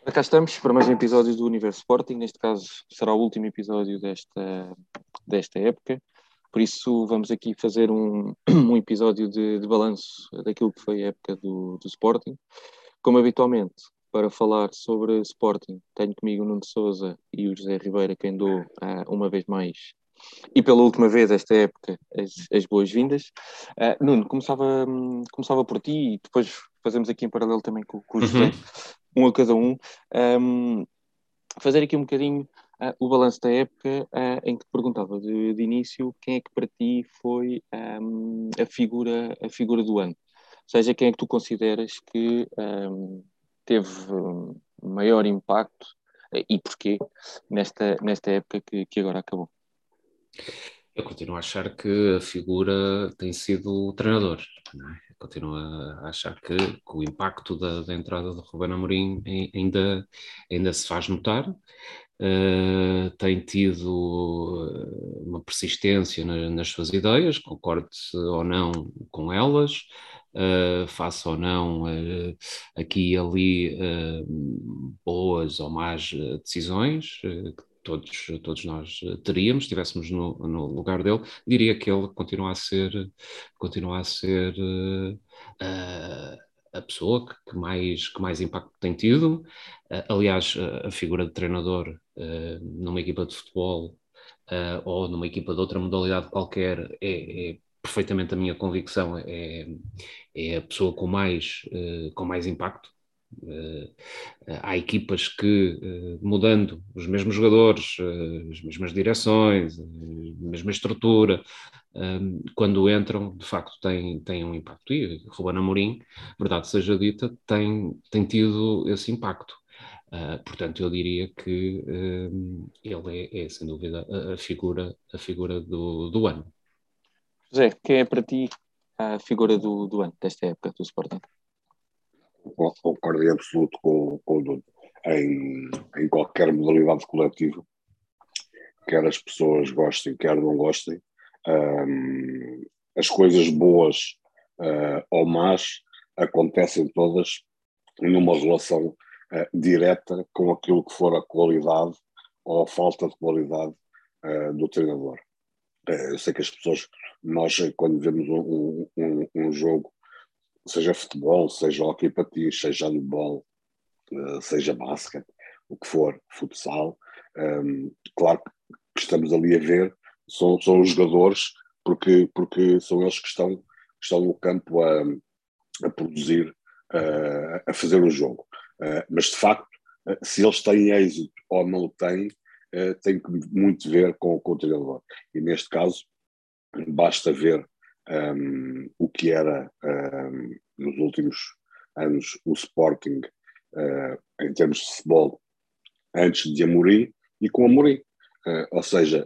Cá estamos para mais um episódio do Universo Sporting. Neste caso será o último episódio desta época. Por isso vamos aqui fazer um episódio de balanço daquilo que foi a época do Sporting. Como habitualmente, para falar sobre Sporting, tenho comigo o Nuno Sousa e o José Ribeira, quem dou uma vez mais e pela última vez esta época as boas-vindas. Nuno, começava por ti e depois fazemos aqui em paralelo também com o José, Uhum. um a cada um. Um, Fazer aqui um bocadinho o balanço da época, em que te perguntava de início quem é que para ti foi a figura do ano. Ou seja, quem é que tu consideras que teve maior impacto e porquê nesta época que agora acabou. Eu continuo a achar que a figura tem sido o treinador, não é? Eu continuo a achar que o impacto da entrada de Ruben Amorim ainda se faz notar. Tem tido uma persistência nas suas ideias, concorde ou não com elas, faça ou não aqui e ali boas ou más decisões, todos nós teríamos, se estivéssemos no lugar dele. Diria que ele continua a ser a pessoa que mais impacto tem tido. Aliás, a figura de treinador numa equipa de futebol ou numa equipa de outra modalidade qualquer é perfeitamente a minha convicção, é a pessoa com mais impacto. Uh, Há equipas que, mudando os mesmos jogadores, as mesmas direções, a mesma estrutura, quando entram, de facto, têm um impacto. E Ruben Amorim, verdade seja dita, tem tido esse impacto. Portanto, eu diria que ele é, sem dúvida, a figura do ano. José, quem é para ti a figura do ano, desta época do Sporting? Concordo em absoluto com o Nuno. Em qualquer modalidade coletiva, quer as pessoas gostem, quer não gostem, as coisas boas ou más acontecem todas numa relação direta com aquilo que for a qualidade ou a falta de qualidade do treinador. Eu sei que as pessoas, nós quando vemos um jogo, seja futebol, seja hockey patins, seja handball, seja basquete, o que for, futsal, claro que estamos ali a ver, são os jogadores, porque são eles que estão no campo a produzir, a fazer o jogo. Mas de facto, se eles têm êxito ou não têm, tem muito a ver com o treinador. E neste caso, basta ver o que era nos últimos anos o Sporting em termos de futebol antes de Amorim e com Amorim. Ou seja,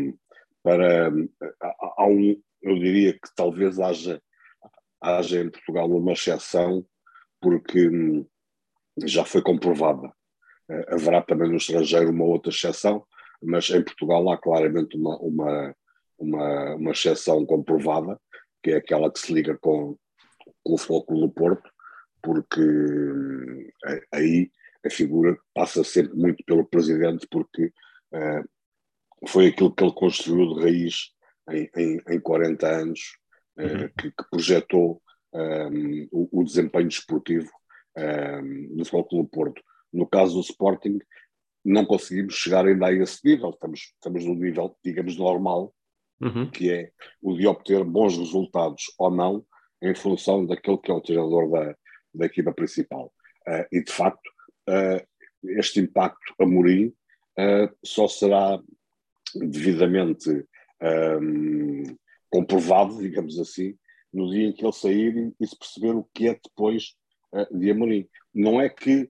eu diria que talvez haja em Portugal uma exceção porque já foi comprovada. Haverá também no estrangeiro uma outra exceção, mas em Portugal há claramente uma exceção comprovada, que é aquela que se liga com o Futebol Clube do Porto, porque aí a figura passa sempre muito pelo presidente, porque foi aquilo que ele construiu de raiz em 40 anos, Uhum. que projetou o desempenho desportivo do Futebol Clube do Porto. No caso do Sporting, não conseguimos chegar ainda a esse nível, estamos no nível, digamos, normal, Uhum. que é o de obter bons resultados ou não, em função daquele que é o treinador da equipa principal. E, de facto, este impacto Amorim só será devidamente comprovado, digamos assim, no dia em que ele sair e se perceber o que é depois de Amorim. Não é que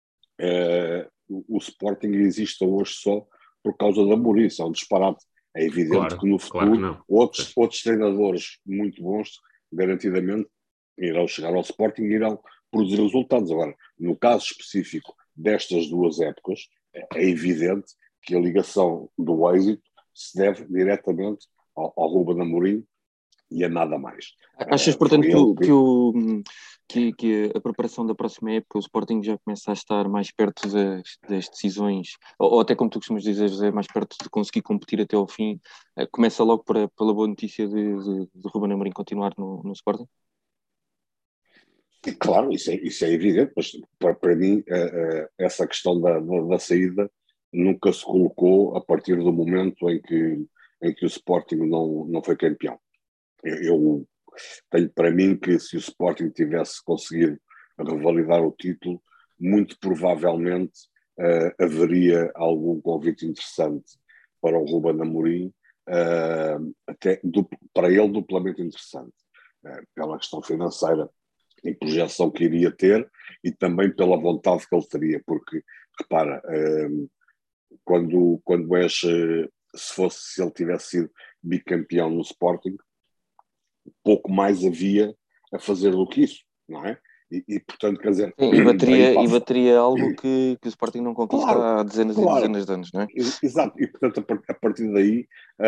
o Sporting exista hoje só por causa da Amorim, isso é um disparate. É evidente que Claro, no claro que futuro não. Sim. outros treinadores muito bons, garantidamente, irão chegar ao Sporting e irão produzir resultados. Agora, no caso específico destas duas épocas, é evidente que a ligação do êxito se deve diretamente ao Ruben Amorim e a nada mais. Achas, portanto, Foi ele que que... que a preparação da próxima época, o Sporting já começa a estar mais perto das decisões, ou até como tu costumas dizer, José, mais perto de conseguir competir até ao fim. Começa logo pela boa notícia de Ruben Amorim continuar no Sporting? E, claro, isso é evidente, mas para mim essa questão da saída nunca se colocou a partir do momento em que o Sporting não foi campeão. Eu tenho para mim que se o Sporting tivesse conseguido revalidar o título, muito provavelmente haveria algum convite interessante para o Ruben Amorim, para ele duplamente interessante, pela questão financeira e projeção que iria ter e também pela vontade que ele teria, porque, repara, quando és, se ele tivesse sido bicampeão no Sporting, pouco mais havia a fazer do que isso, não é? Portanto, quer dizer... Sim, e bateria algo que o Sporting não conquista há dezenas e dezenas de anos, não é? Exato, e portanto a partir daí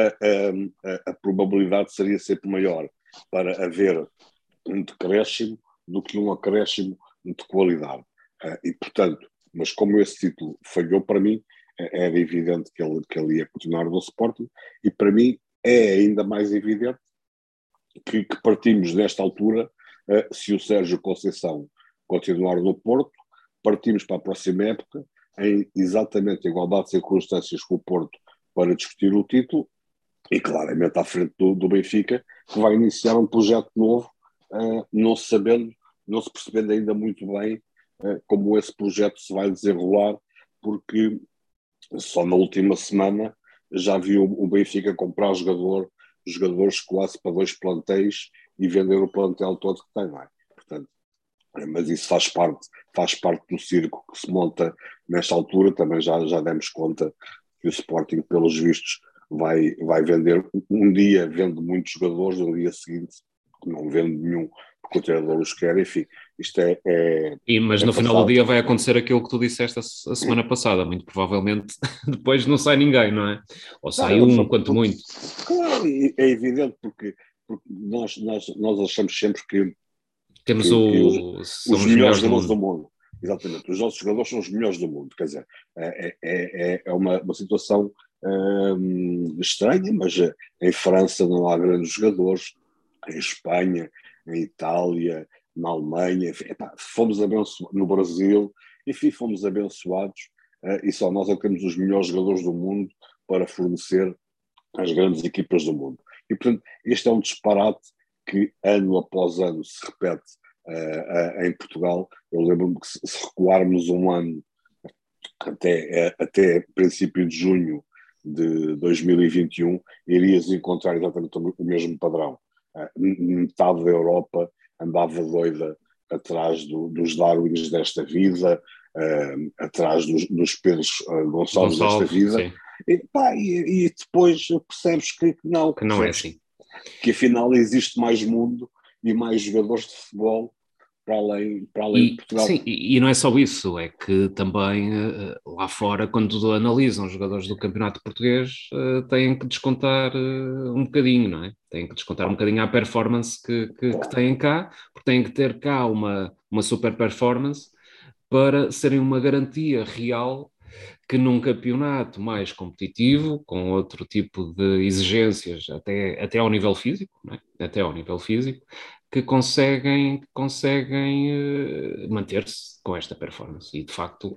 a probabilidade seria sempre maior para haver um decréscimo do que um acréscimo de qualidade. E portanto, mas como esse título falhou para mim, era evidente que ele ia continuar no Sporting, e para mim é ainda mais evidente que partimos nesta altura, se o Sérgio Conceição continuar no Porto, partimos para a próxima época em exatamente igualdade de circunstâncias com o Porto para discutir o título e claramente à frente do Benfica, que vai iniciar um projeto novo, não se percebendo ainda muito bem como esse projeto se vai desenrolar, porque só na última semana já viu o Benfica comprar jogadores quase para 2 plantéis e vender o plantel todo que tem, não é? Portanto, mas isso faz parte do circo que se monta nesta altura. Também já demos conta que o Sporting, pelos vistos, vai vender, um dia vende muitos jogadores, no dia seguinte não vende nenhum, porque o treinador os quer, enfim, isto mas no final do dia vai acontecer aquilo que tu disseste a semana passada, muito provavelmente depois não sai ninguém, não é? Ou sai quanto muito. Claro, é evidente, porque nós achamos sempre que temos os melhores jogadores do mundo. Exatamente, os nossos jogadores são os melhores do mundo, quer dizer, é uma situação estranha, mas em França não há grandes jogadores, em Espanha, em Itália, na Alemanha, enfim, fomos abençoados, no Brasil, enfim, fomos abençoados, e só nós é que temos os melhores jogadores do mundo para fornecer às grandes equipas do mundo. E, portanto, este é um disparate que ano após ano se repete em Portugal. Eu lembro-me que se recuarmos um ano até princípio de junho de 2021, irias encontrar exatamente o mesmo padrão. Metade da Europa andava doida atrás dos Darwins desta vida, atrás dos Pedros Gonçalves desta vida. E depois percebes que não é assim. Que afinal existe mais mundo e mais jogadores de futebol para além de Portugal. Sim, e não é só isso, é que também lá fora, quando analisam os jogadores do campeonato português, têm que descontar um bocadinho, não é? Têm que descontar um bocadinho a performance que têm cá, porque têm que ter cá uma super performance para serem uma garantia real que num campeonato mais competitivo, com outro tipo de exigências, até ao nível físico, não é? Até ao nível físico, que conseguem manter-se com esta performance. E, de facto,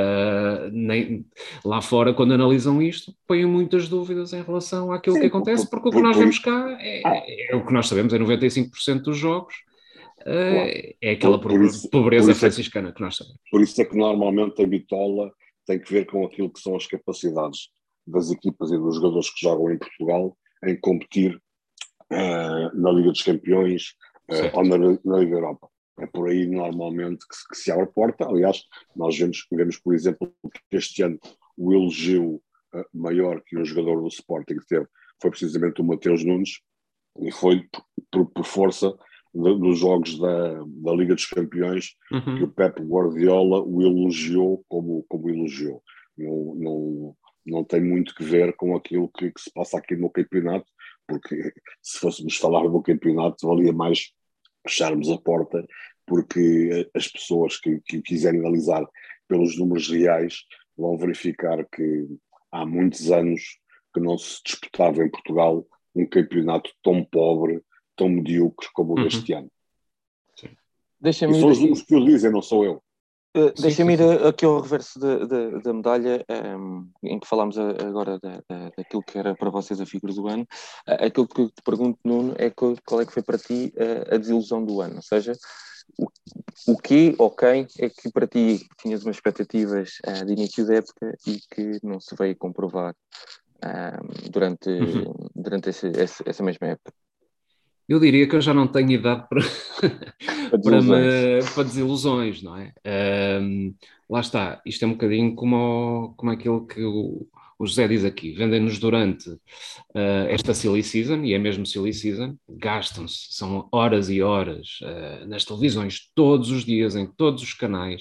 lá fora, quando analisam isto, põem muitas dúvidas em relação àquilo que acontece, porque o que nós vemos cá é o que nós sabemos, é 95% dos jogos, é aquela pobreza franciscana que nós sabemos. Por isso é que normalmente a bitola tem que ver com aquilo que são as capacidades das equipas e dos jogadores que jogam em Portugal em competir na Liga dos Campeões ou na Liga Europa. É por aí normalmente que se abre a porta. Aliás, nós vemos, por exemplo, que este ano o elogio maior que um jogador do Sporting teve foi precisamente o Mateus Nunes, e foi por força dos jogos da Liga dos Campeões que o Pep Guardiola o elogiou como elogiou. Não tem muito que ver com aquilo que se passa aqui no campeonato, porque se fôssemos falar do campeonato valia mais fecharmos a porta porque as pessoas que quiserem analisar pelos números reais vão verificar que há muitos anos que não se disputava em Portugal um campeonato tão pobre, tão medíocre como o deste ano. Sim. E são os números que o dizem, não sou eu. Deixa-me ir aqui ao reverso da medalha, em que falámos agora daquilo que era para vocês a figura do ano. Aquilo que eu te pergunto, Nuno, é qual é que foi para ti a desilusão do ano? Ou seja, o que ou quem é que para ti tinhas umas expectativas de início da época e que não se veio comprovar durante essa mesma época? Eu diria que eu já não tenho idade para, Desilusões. para desilusões, não é? Lá está, isto é um bocadinho como aquilo que o José diz aqui, vendem-nos durante esta silly season, e é mesmo silly season, gastam-se, são horas e horas nas televisões, todos os dias, em todos os canais,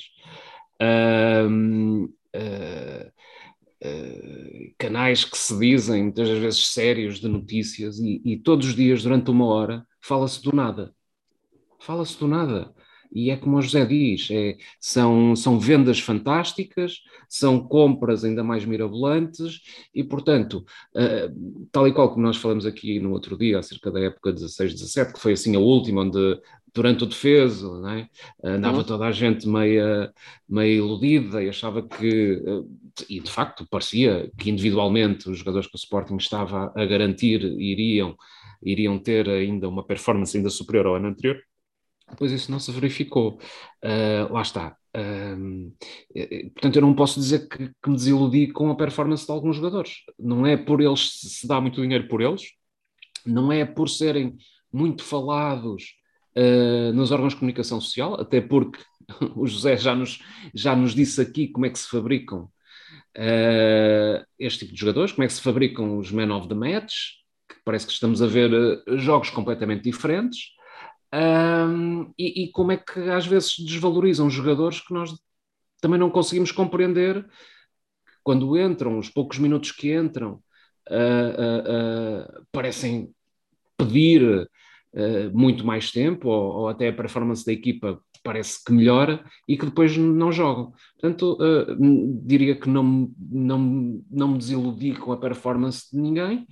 canais que se dizem muitas vezes sérios de notícias e todos os dias durante uma hora fala-se do nada. Fala-se do nada. E é como o José diz, são vendas fantásticas, são compras ainda mais mirabolantes e, portanto, tal e qual como nós falamos aqui no outro dia, acerca da época 16-17, que foi assim a última, onde durante o defeso, não é? Andava toda a gente meio iludida e achava que, e de facto parecia que individualmente os jogadores que o Sporting estava a garantir iriam ter ainda uma performance ainda superior ao ano anterior. Depois isso não se verificou. Lá está. Portanto, eu não posso dizer que me desiludi com a performance de alguns jogadores. Não é por eles se dá muito dinheiro por eles, não é por serem muito falados nos órgãos de comunicação social, até porque o José já nos disse aqui como é que se fabricam este tipo de jogadores, como é que se fabricam os man of the match, que parece que estamos a ver jogos completamente diferentes. E como é que às vezes desvalorizam jogadores que nós também não conseguimos compreender quando entram, os poucos minutos que entram, parecem pedir muito mais tempo, ou até a performance da equipa parece que melhora e que depois não jogam. Portanto, diria que não me desiludi com a performance de ninguém,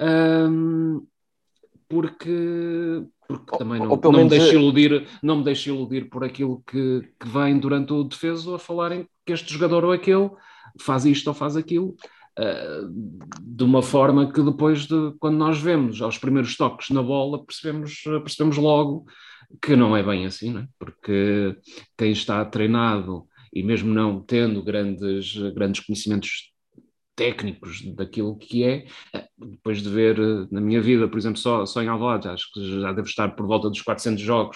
porque também não me deixo iludir, não me deixo iludir por aquilo que vem durante o defeso a falarem que este jogador ou aquele faz isto ou faz aquilo, de uma forma que depois quando nós vemos aos primeiros toques na bola percebemos logo que não é bem assim, não é? Porque quem está treinado e mesmo não tendo grandes conhecimentos técnicos daquilo que é, depois de ver na minha vida, por exemplo, só em Alvalade, acho que já devo estar por volta dos 400 jogos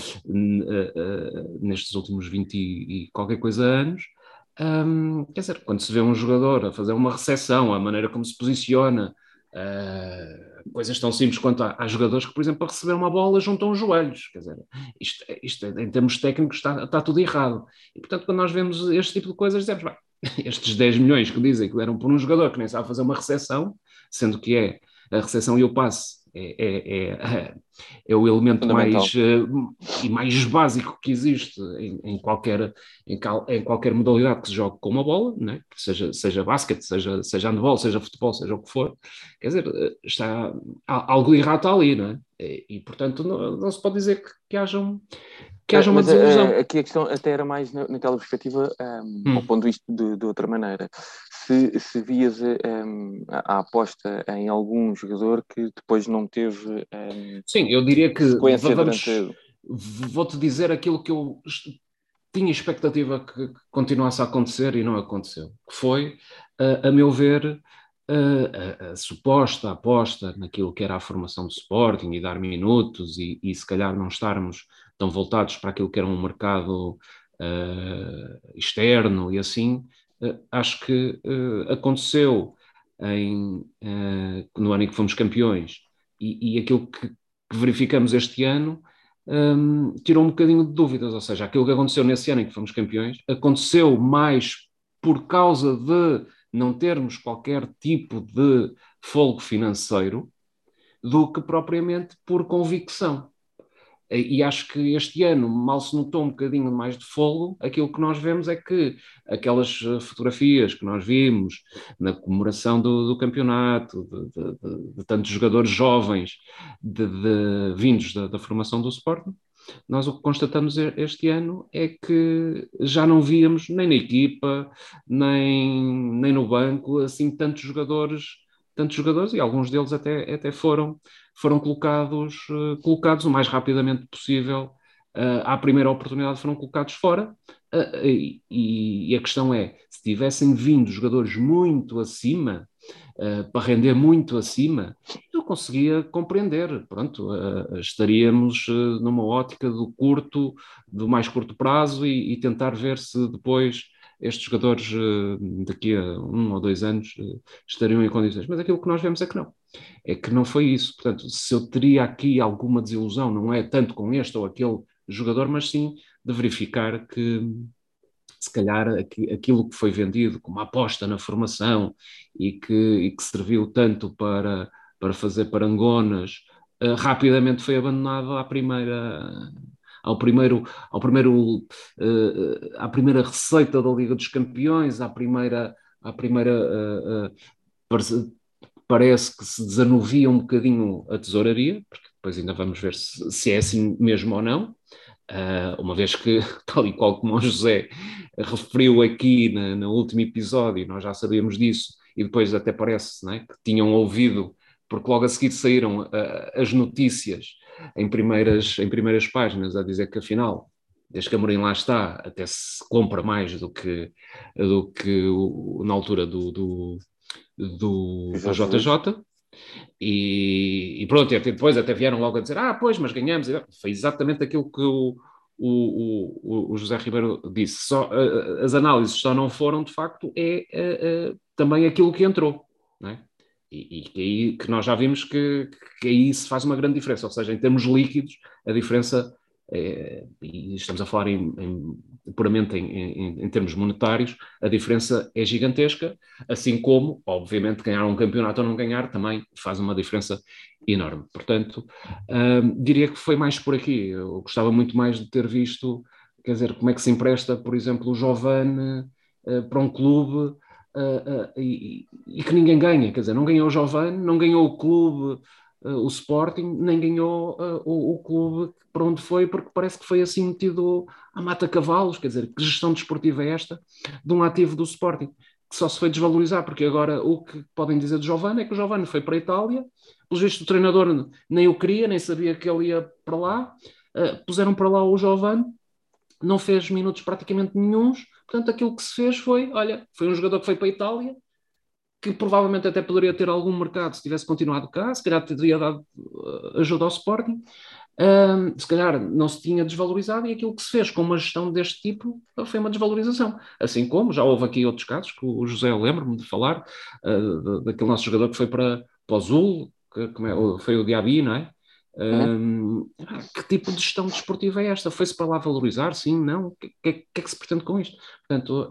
nestes últimos 20 e qualquer coisa anos. Quer dizer, quando se vê um jogador a fazer uma recepção, a maneira como se posiciona, coisas tão simples quanto há jogadores que, por exemplo, a receber uma bola juntam os joelhos, quer dizer, isto em termos técnicos está tudo errado. E portanto, quando nós vemos este tipo de coisas, dizemos, bem, estes 10 milhões que dizem que deram por um jogador que nem sabe fazer uma recepção, sendo que a recepção e o passe é o elemento mais básico que existe em qualquer modalidade que se jogue com uma bola, né? Seja basquete, seja handball, seja futebol, seja o que for. Quer dizer, algo de errado está ali, não é? E portanto, não se pode dizer que haja uma desilusão. Aqui a questão até era mais naquela perspectiva, ao pondo isto de outra maneira. Se vias a aposta em algum jogador que depois não teve sim, eu diria que sequência vou-te dizer aquilo que eu tinha expectativa que continuasse a acontecer e não aconteceu, que foi, a meu ver, a suposta aposta naquilo que era a formação do Sporting e dar minutos e se calhar não estarmos tão voltados para aquilo que era um mercado externo e assim, acho que aconteceu no ano em que fomos campeões e aquilo que verificamos este ano tirou um bocadinho de dúvidas, ou seja, aquilo que aconteceu nesse ano em que fomos campeões aconteceu mais por causa de não termos qualquer tipo de folgo financeiro do que propriamente por convicção. E acho que este ano mal se notou um bocadinho mais de fogo. Aquilo que nós vemos é que aquelas fotografias que nós vimos na comemoração do campeonato, de tantos jogadores jovens vindos da formação do Sporting, nós o que constatamos este ano é que já não víamos nem na equipa, nem no banco, assim, tantos jogadores, e alguns deles até foram colocados o mais rapidamente possível. À primeira oportunidade foram colocados fora, e a questão é, se tivessem vindo jogadores muito acima, para render muito acima, eu conseguia compreender. Pronto, estaríamos numa ótica do mais curto prazo, e tentar ver se depois estes jogadores, daqui a 1 ou 2 anos, estariam em condições. Mas aquilo que nós vemos é que não foi isso. Portanto, se eu teria aqui alguma desilusão, não é tanto com este ou aquele jogador, mas sim de verificar que se calhar aquilo que foi vendido como aposta na formação e que serviu tanto para fazer parangonas, rapidamente foi abandonado ao primeiro, à primeira receita da Liga dos Campeões, à primeira parece que se desanuvia um bocadinho a tesouraria, porque depois ainda vamos ver se é assim mesmo ou não. Uma vez que, tal e qual como o José referiu aqui no último episódio, nós já sabíamos disso, e depois até parece, né, que tinham ouvido, porque logo a seguir saíram as notícias em primeiras páginas a dizer que afinal, desde que Amorim lá está, até se compra mais do que na altura do JJ. E pronto, e depois até vieram logo a dizer, pois, mas ganhamos. Foi exatamente aquilo que o José Ribeiro disse. As análises só não foram, de facto, também aquilo que entrou, não é? E aí que nós já vimos que aí se faz uma grande diferença, ou seja, em termos líquidos, a diferença, e estamos a falar puramente em termos monetários, a diferença é gigantesca, assim como, obviamente, ganhar um campeonato ou não ganhar também faz uma diferença enorme. Portanto, diria que foi mais por aqui. Eu gostava muito mais de ter visto, quer dizer, como é que se empresta, por exemplo, o Giovane para um clube, e que ninguém ganha, quer dizer, não ganhou o Giovane, não ganhou o clube, o Sporting, nem ganhou o clube para onde foi, porque parece que foi assim metido à mata-cavalos. Quer dizer, que gestão desportiva é esta de um ativo do Sporting, que só se foi desvalorizar, porque agora o que podem dizer de Giovane é que o Giovane foi para a Itália, pelos vistos o treinador nem o queria, nem sabia que ele ia para lá, puseram para lá o Giovane, não fez minutos praticamente nenhuns. Portanto, aquilo que se fez foi, olha, foi um jogador que foi para a Itália, que provavelmente até poderia ter algum mercado se tivesse continuado cá, se calhar teria dado ajuda ao Sporting, se calhar não se tinha desvalorizado, e aquilo que se fez com uma gestão deste tipo foi uma desvalorização. Assim como já houve aqui outros casos, que o José, eu lembro-me de falar, daquele nosso jogador que foi para o Zul, foi o Diaby, não é? Que tipo de gestão desportiva é esta? Foi-se para lá valorizar? Sim, não? O que é que se pretende com isto? Portanto,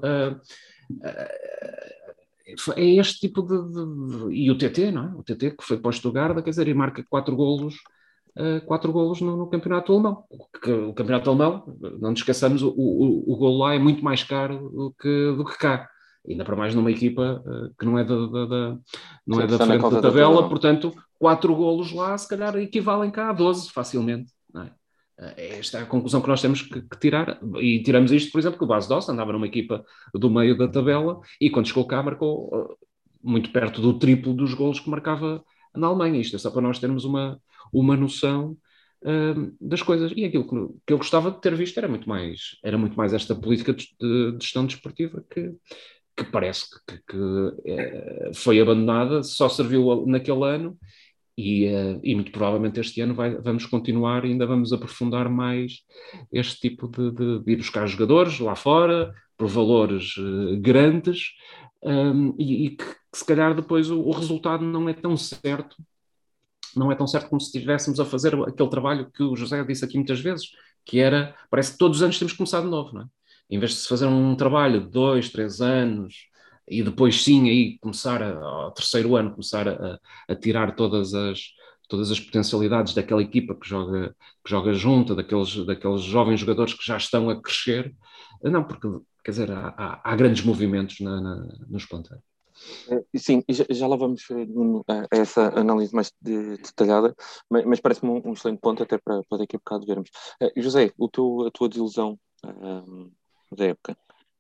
é este tipo e o TT, não é? O TT que foi para o Stuttgart, quer dizer, e marca 4 golos no campeonato alemão. O campeonato alemão, não nos esqueçamos, o golo lá é muito mais caro do que cá. Ainda para mais numa equipa que não é não é da frente da tabela, portanto, 4 golos lá se calhar equivalem cá a 12 facilmente, não é? Esta é a conclusão que nós temos que tirar, e tiramos isto, por exemplo, que o Bas Dost andava numa equipa do meio da tabela, e quando chegou cá marcou muito perto do triplo dos golos que marcava na Alemanha. Isto é só para nós termos uma noção das coisas. E aquilo que eu gostava de ter visto era muito mais esta política de gestão desportiva que parece que foi abandonada, só serviu naquele ano. E muito provavelmente este ano vamos continuar, e ainda vamos aprofundar mais este tipo de ir buscar jogadores lá fora por valores grandes, e que se calhar depois o resultado não é tão certo como se estivéssemos a fazer aquele trabalho que o José disse aqui muitas vezes, que era, parece que todos os anos temos que começar de novo, não é? Em vez de se fazer um trabalho de 2, 3 anos e depois sim aí começar ao terceiro ano começar a tirar todas as potencialidades daquela equipa que joga junta, daqueles jovens jogadores que já estão a crescer. Não, porque, quer dizer, há grandes movimentos nos plantéis. Sim, e já lá vamos a essa análise mais detalhada, mas parece-me um excelente ponto até para daqui a bocado vermos. José, a tua desilusão da época?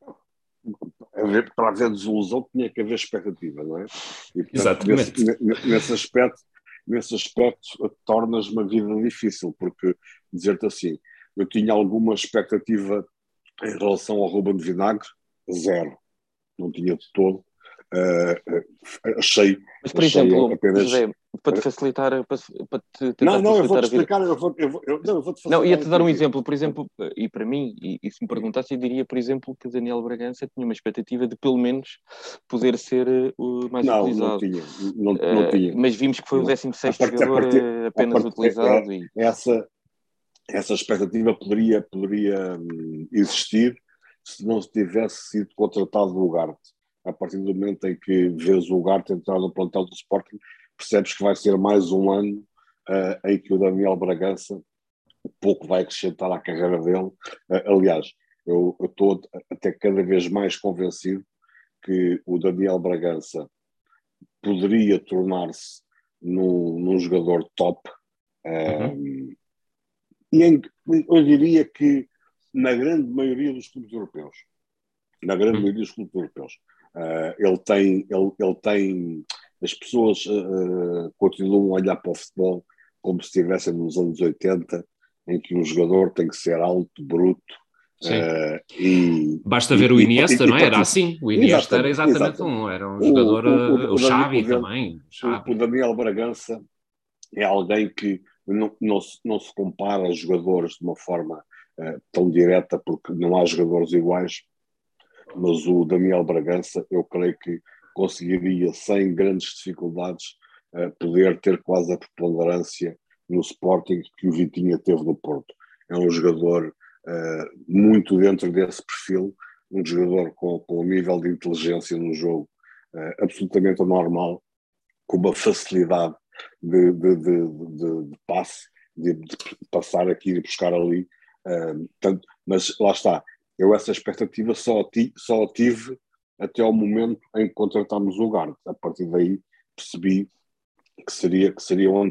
Para haver desilusão tinha que haver expectativa, não é? E, portanto, exatamente. nesse aspecto tornas-me a vida difícil, porque dizer-te assim, eu tinha alguma expectativa em relação ao Ruben de Vinagre, zero, não tinha de todo. Achei. Mas, por exemplo, apenas... José, para te facilitar, para te tentar não, eu facilitar vou-te explicar, eu vou-te facilitar. Não, ia-te dar um exemplo, por exemplo, e para mim, e se me perguntasse, eu diria, por exemplo, que Daniel Bragança tinha uma expectativa de, pelo menos, poder ser o mais utilizado. Não tinha. Mas vimos que foi o 16º jogador apenas utilizado. Essa expectativa poderia existir se não tivesse sido contratado o Ugarte. A partir do momento em que vês o Ugarte entrar no plantel do Sporting, percebes que vai ser mais um ano em que o Daniel Bragança pouco vai acrescentar à carreira dele. Aliás, eu estou até cada vez mais convencido que o Daniel Bragança poderia tornar-se num jogador top. E eu diria que na grande maioria dos clubes europeus, ele tem as pessoas continuam a olhar para o futebol como se estivessem nos anos 80, em que um jogador tem que ser alto, bruto. Basta ver o Iniesta, não é? Era assim. O Iniesta era exatamente era um jogador. O Xavi também. O Daniel Bragança é alguém que não se compara a jogadores de uma forma tão direta, porque não há jogadores iguais, mas o Daniel Bragança, eu creio que conseguiria, sem grandes dificuldades, poder ter quase a preponderância no Sporting que o Vitinha teve no Porto. É um jogador muito dentro desse perfil, um jogador com um nível de inteligência no jogo absolutamente anormal, com uma facilidade de passe, de passar aqui e buscar ali. Mas lá está, eu essa expectativa só tive até ao momento em que contratámos o Ugarte. A partir daí percebi que seria um ano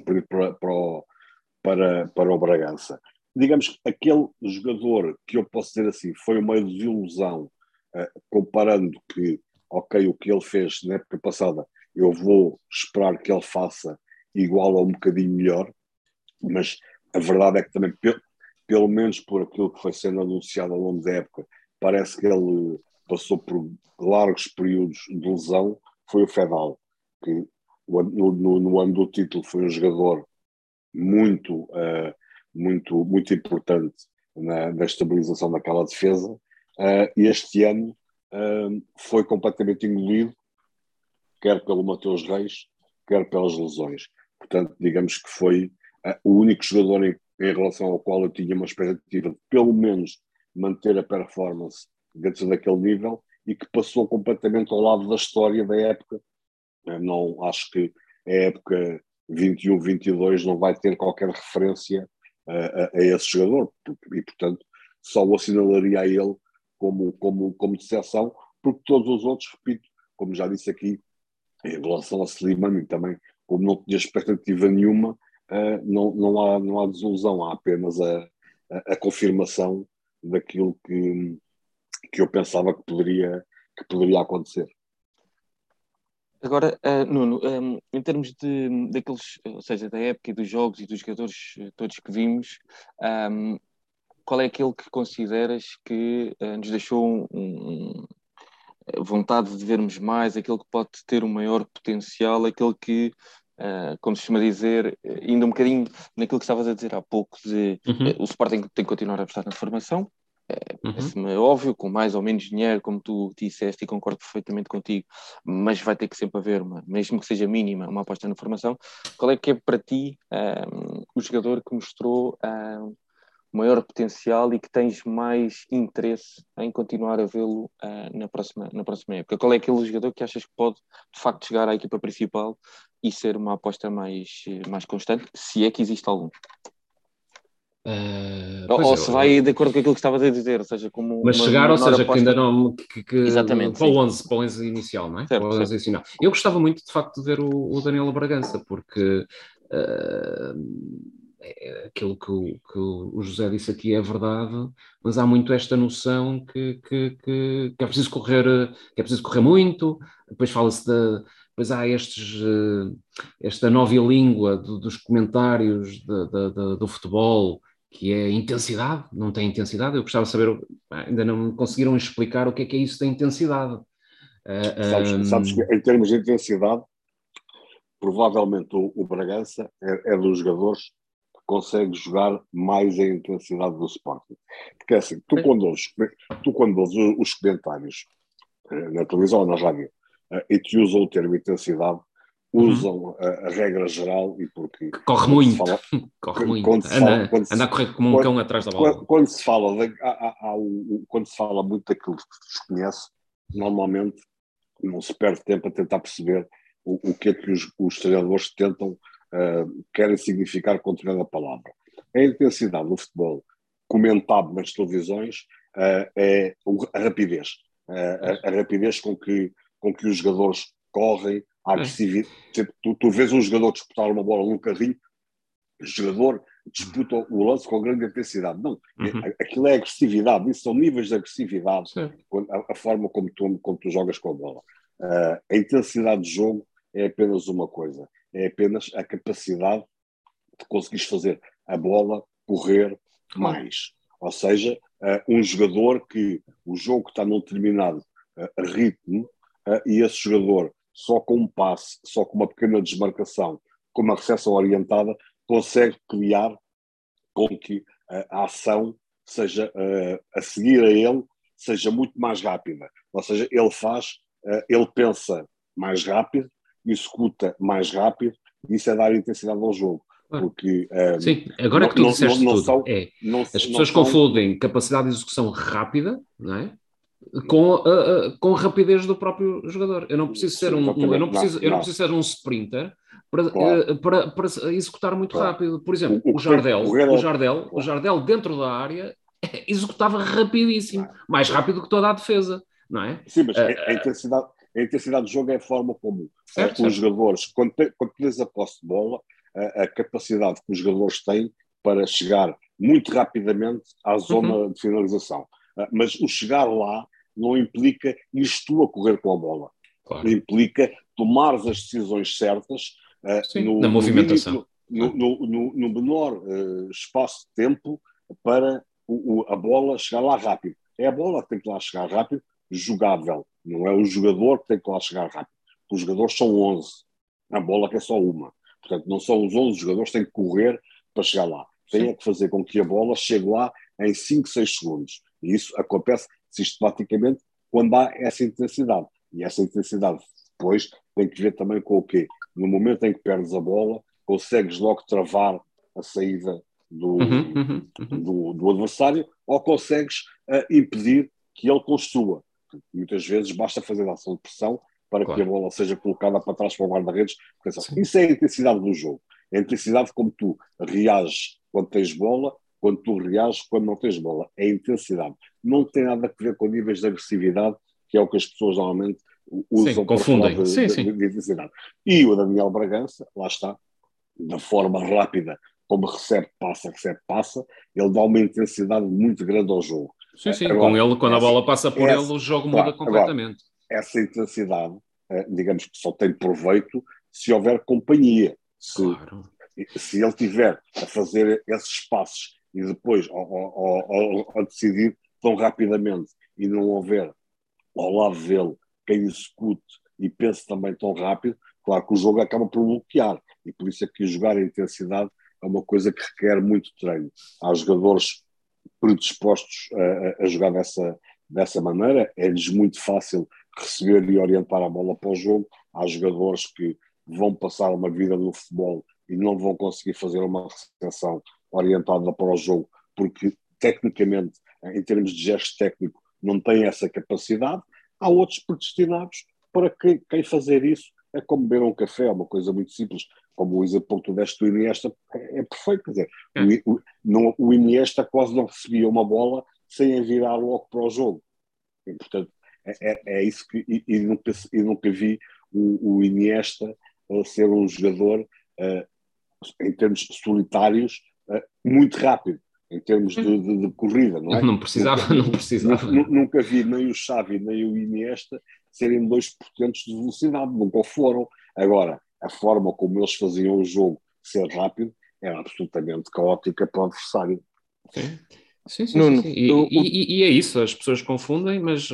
para o Bragança. Digamos que aquele jogador que eu posso dizer assim, foi uma desilusão, comparando que, ok, o que ele fez na época passada, eu vou esperar que ele faça igual ou um bocadinho melhor, mas a verdade é que também, pelo menos por aquilo que foi sendo anunciado ao longo da época, parece que ele passou por largos períodos de lesão. Foi o Fedal, que no ano do título foi um jogador muito importante na estabilização daquela defesa, e este ano foi completamente engolido, quer pelo Mateus Reis, quer pelas lesões. Portanto, digamos que foi o único jogador em relação ao qual eu tinha uma expectativa de pelo menos manter a performance dentro daquele nível, e que passou completamente ao lado da história da época. Não acho que a época 21-22 não vai ter qualquer referência a esse jogador, e portanto só o assinalaria a ele como decepção, porque todos os outros, repito, como já disse aqui, em relação a Slimani também, como não tinha expectativa nenhuma, não há desilusão, há apenas a confirmação daquilo que eu pensava que poderia acontecer. Agora, Nuno, em termos daqueles, ou seja, da época e dos jogos e dos jogadores todos que vimos, qual é aquele que consideras que nos deixou vontade de vermos mais, aquele que pode ter um maior potencial, aquele que, como se costuma dizer, ainda um bocadinho naquilo que estavas a dizer há pouco, o Sporting tem que continuar a apostar na formação, parece-me óbvio, com mais ou menos dinheiro, como tu disseste, e concordo perfeitamente contigo, mas vai ter que sempre haver mesmo que seja mínima, uma aposta na formação. Qual é que é para ti o jogador que mostrou maior potencial e que tens mais interesse em continuar a vê-lo na próxima época? Qual é aquele jogador que achas que pode, de facto, chegar à equipa principal e ser uma aposta mais constante, se é que existe algum? Ou se vai de acordo com aquilo que estavas a dizer, ou seja, como mas uma chegar, ou menor seja, aposta... que ainda não... Exatamente, para sim. para o 11 inicial, não é? Certo, Para o 11 certo. inicial. Eu gostava muito, de facto, de ver o Daniel Bragança, porque aquilo que o José disse aqui é verdade, mas há muito esta noção que é preciso correr, que é preciso correr muito, depois fala-se depois há esta nova língua dos comentários do futebol, que é intensidade, não tem intensidade. Eu gostava de saber, ainda não me conseguiram explicar o que é isso da intensidade. Sabes que em termos de intensidade, provavelmente o Bragança é dos jogadores que consegue jogar mais a intensidade do Sporting. Porque assim, tu quando ouves os comentários na televisão ou na rádio e te usam o termo intensidade, usam a regra geral e porque... Corre muito, corre muito. Anda a correr como um cão atrás da bola. Quando se fala quando se fala muito daquilo que se conhece, normalmente não se perde tempo a tentar perceber o que é que os treinadores tentam, querem significar com determinada palavra. A intensidade do futebol, comentado nas televisões, é a rapidez. A rapidez com que os jogadores correm, a agressividade. Tu vês um jogador disputar uma bola num carrinho, o jogador disputa o lance com grande intensidade. Não, aquilo é agressividade, isso são níveis de agressividade, a forma como tu jogas com a bola. A intensidade de jogo é apenas uma coisa, é apenas a capacidade de conseguires fazer a bola correr mais. Ou seja, um jogador que o jogo está num determinado ritmo e esse jogador só com um passe, só com uma pequena desmarcação, com uma recepção orientada, consegue criar com que a ação seja a seguir a ele seja muito mais rápida. Ou seja, ele pensa mais rápido, executa mais rápido, e isso é dar intensidade ao jogo. Porque, sim, agora que tu disseste tudo, as pessoas confundem capacidade de execução rápida, não é? Com a rapidez do próprio jogador. Eu não preciso ser eu não preciso ser um sprinter para executar muito rápido. Por exemplo, o Jardel dentro da área executava rapidíssimo, mais rápido que toda a defesa, não é? Sim, mas a intensidade do jogo é a forma como os jogadores, quando tens a posse de bola, a capacidade que os jogadores têm para chegar muito rapidamente à zona de finalização. Mas o chegar lá não implica ires tu a correr com a bola. Claro. Implica tomar as decisões certas na movimentação. No menor espaço de tempo para a bola chegar lá rápido. É a bola que tem que lá chegar rápido, jogável. Não é o jogador que tem que lá chegar rápido. Os jogadores são 11. A bola que é só uma. Portanto, não são os 11 jogadores que têm que correr para chegar lá. Tem que fazer com que a bola chegue lá em 5, 6 segundos. E isso acontece sistematicamente quando há essa intensidade. E essa intensidade depois tem que ver também com o quê? No momento em que perdes a bola, consegues logo travar a saída do adversário ou consegues impedir que ele construa. Muitas vezes basta fazer a ação de pressão para que a bola seja colocada para trás para o guarda-redes. Isso é a intensidade do jogo. É a intensidade como tu reages quando tens bola, quando tu reages quando não tens bola. É a intensidade. Não tem nada a ver com níveis de agressividade, que é o que as pessoas normalmente usam para falar de intensidade. E o Daniel Bragança, lá está, da forma rápida como recebe, passa, ele dá uma intensidade muito grande ao jogo. Sim, agora, com ele, quando a bola passa por ele, o jogo muda completamente. Agora, essa intensidade, digamos que só tem proveito se houver companhia. Se ele tiver a fazer esses passos e depois a decidir tão rapidamente e não houver ao lado dele quem execute e pense também tão rápido, claro que o jogo acaba por bloquear. E por isso é que jogar a intensidade é uma coisa que requer muito treino. Há jogadores predispostos a jogar dessa maneira, é-lhes muito fácil receber e orientar a bola para o jogo. Há jogadores que vão passar uma vida no futebol e não vão conseguir fazer uma recepção orientada para o jogo porque tecnicamente, em termos de gesto técnico, não tem essa capacidade. Há outros predestinados para quem fazer isso é como beber um café, uma coisa muito simples, como o exemplo que tu deste do Iniesta, é perfeito. Quer dizer, o Iniesta quase não recebia uma bola sem a virar logo para o jogo. E, portanto, é isso que. Nunca vi o Iniesta ser um jogador, em termos solitários, muito rápido, em termos de corrida, não é? Não precisava, não precisava. Nunca vi nem o Xavi nem o Iniesta serem dois portentos de velocidade, nunca o foram. Agora, a forma como eles faziam o jogo ser rápido era absolutamente caótica para o adversário. Sim. E é isso, as pessoas confundem, mas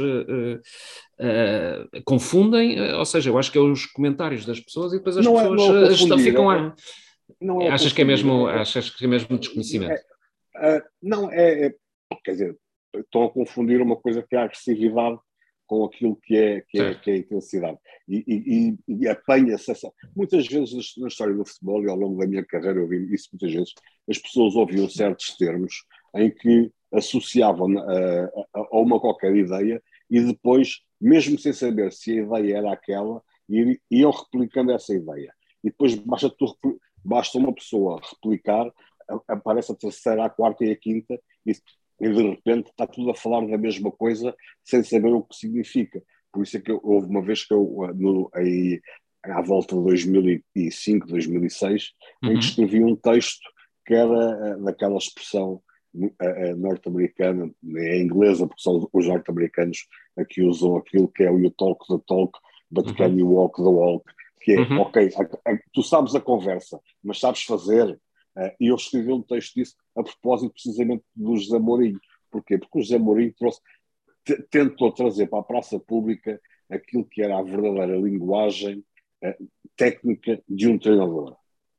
confundem, ou seja, eu acho que é os comentários das pessoas e depois as pessoas ficam a... Não é achas que é mesmo desconhecimento? Não, quer dizer, estão a confundir uma coisa que é a agressividade com aquilo que é a intensidade. E apanha-se essa. Muitas vezes na história do futebol, e ao longo da minha carreira eu vi isso muitas vezes, as pessoas ouviam certos termos em que associavam a uma qualquer ideia e depois, mesmo sem saber se a ideia era aquela, iam replicando essa ideia. E depois basta uma pessoa replicar, aparece a terceira, a quarta e a quinta, e de repente está tudo a falar da mesma coisa sem saber o que significa. Por isso é que houve uma vez que aí, à volta de 2005, 2006, em que escrevi um texto que era daquela expressão norte-americana, em inglesa, porque são os norte-americanos que usam aquilo que é o you talk the talk, but can you walk the walk, que é, ok, tu sabes a conversa, mas sabes fazer. E eu escrevi um texto disso a propósito precisamente do José Mourinho. Porquê? Porque o José Mourinho tentou trazer para a praça pública aquilo que era a verdadeira linguagem técnica de um treinador.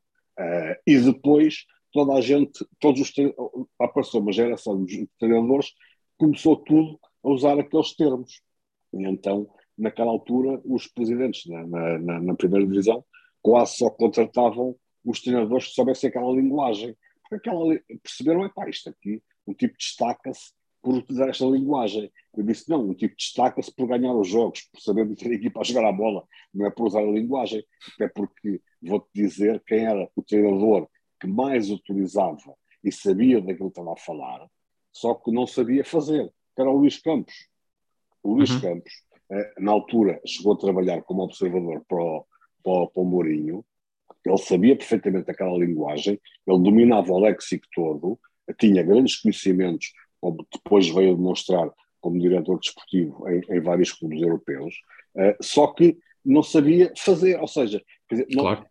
E depois toda a gente, apareceu uma geração de treinadores, começou tudo a usar aqueles termos. E então, naquela altura, os presidentes na primeira divisão quase só contratavam os treinadores que soubessem aquela linguagem. Porque perceberam, isto aqui, um tipo destaca-se por utilizar esta linguagem. Eu disse, não, um tipo destaca-se por ganhar os jogos, por saber meter a equipa a jogar a bola, não é por usar a linguagem. Até porque, vou-te dizer, quem era o treinador que mais utilizava e sabia daquilo que estava a falar, só que não sabia fazer, que era o Luís Campos. O Luís Campos, na altura, chegou a trabalhar como observador para o Mourinho. Ele sabia perfeitamente aquela linguagem, ele dominava o léxico todo, tinha grandes conhecimentos, como depois veio demonstrar como diretor desportivo em vários clubes europeus, só que não sabia fazer, ou seja, quer dizer, claro.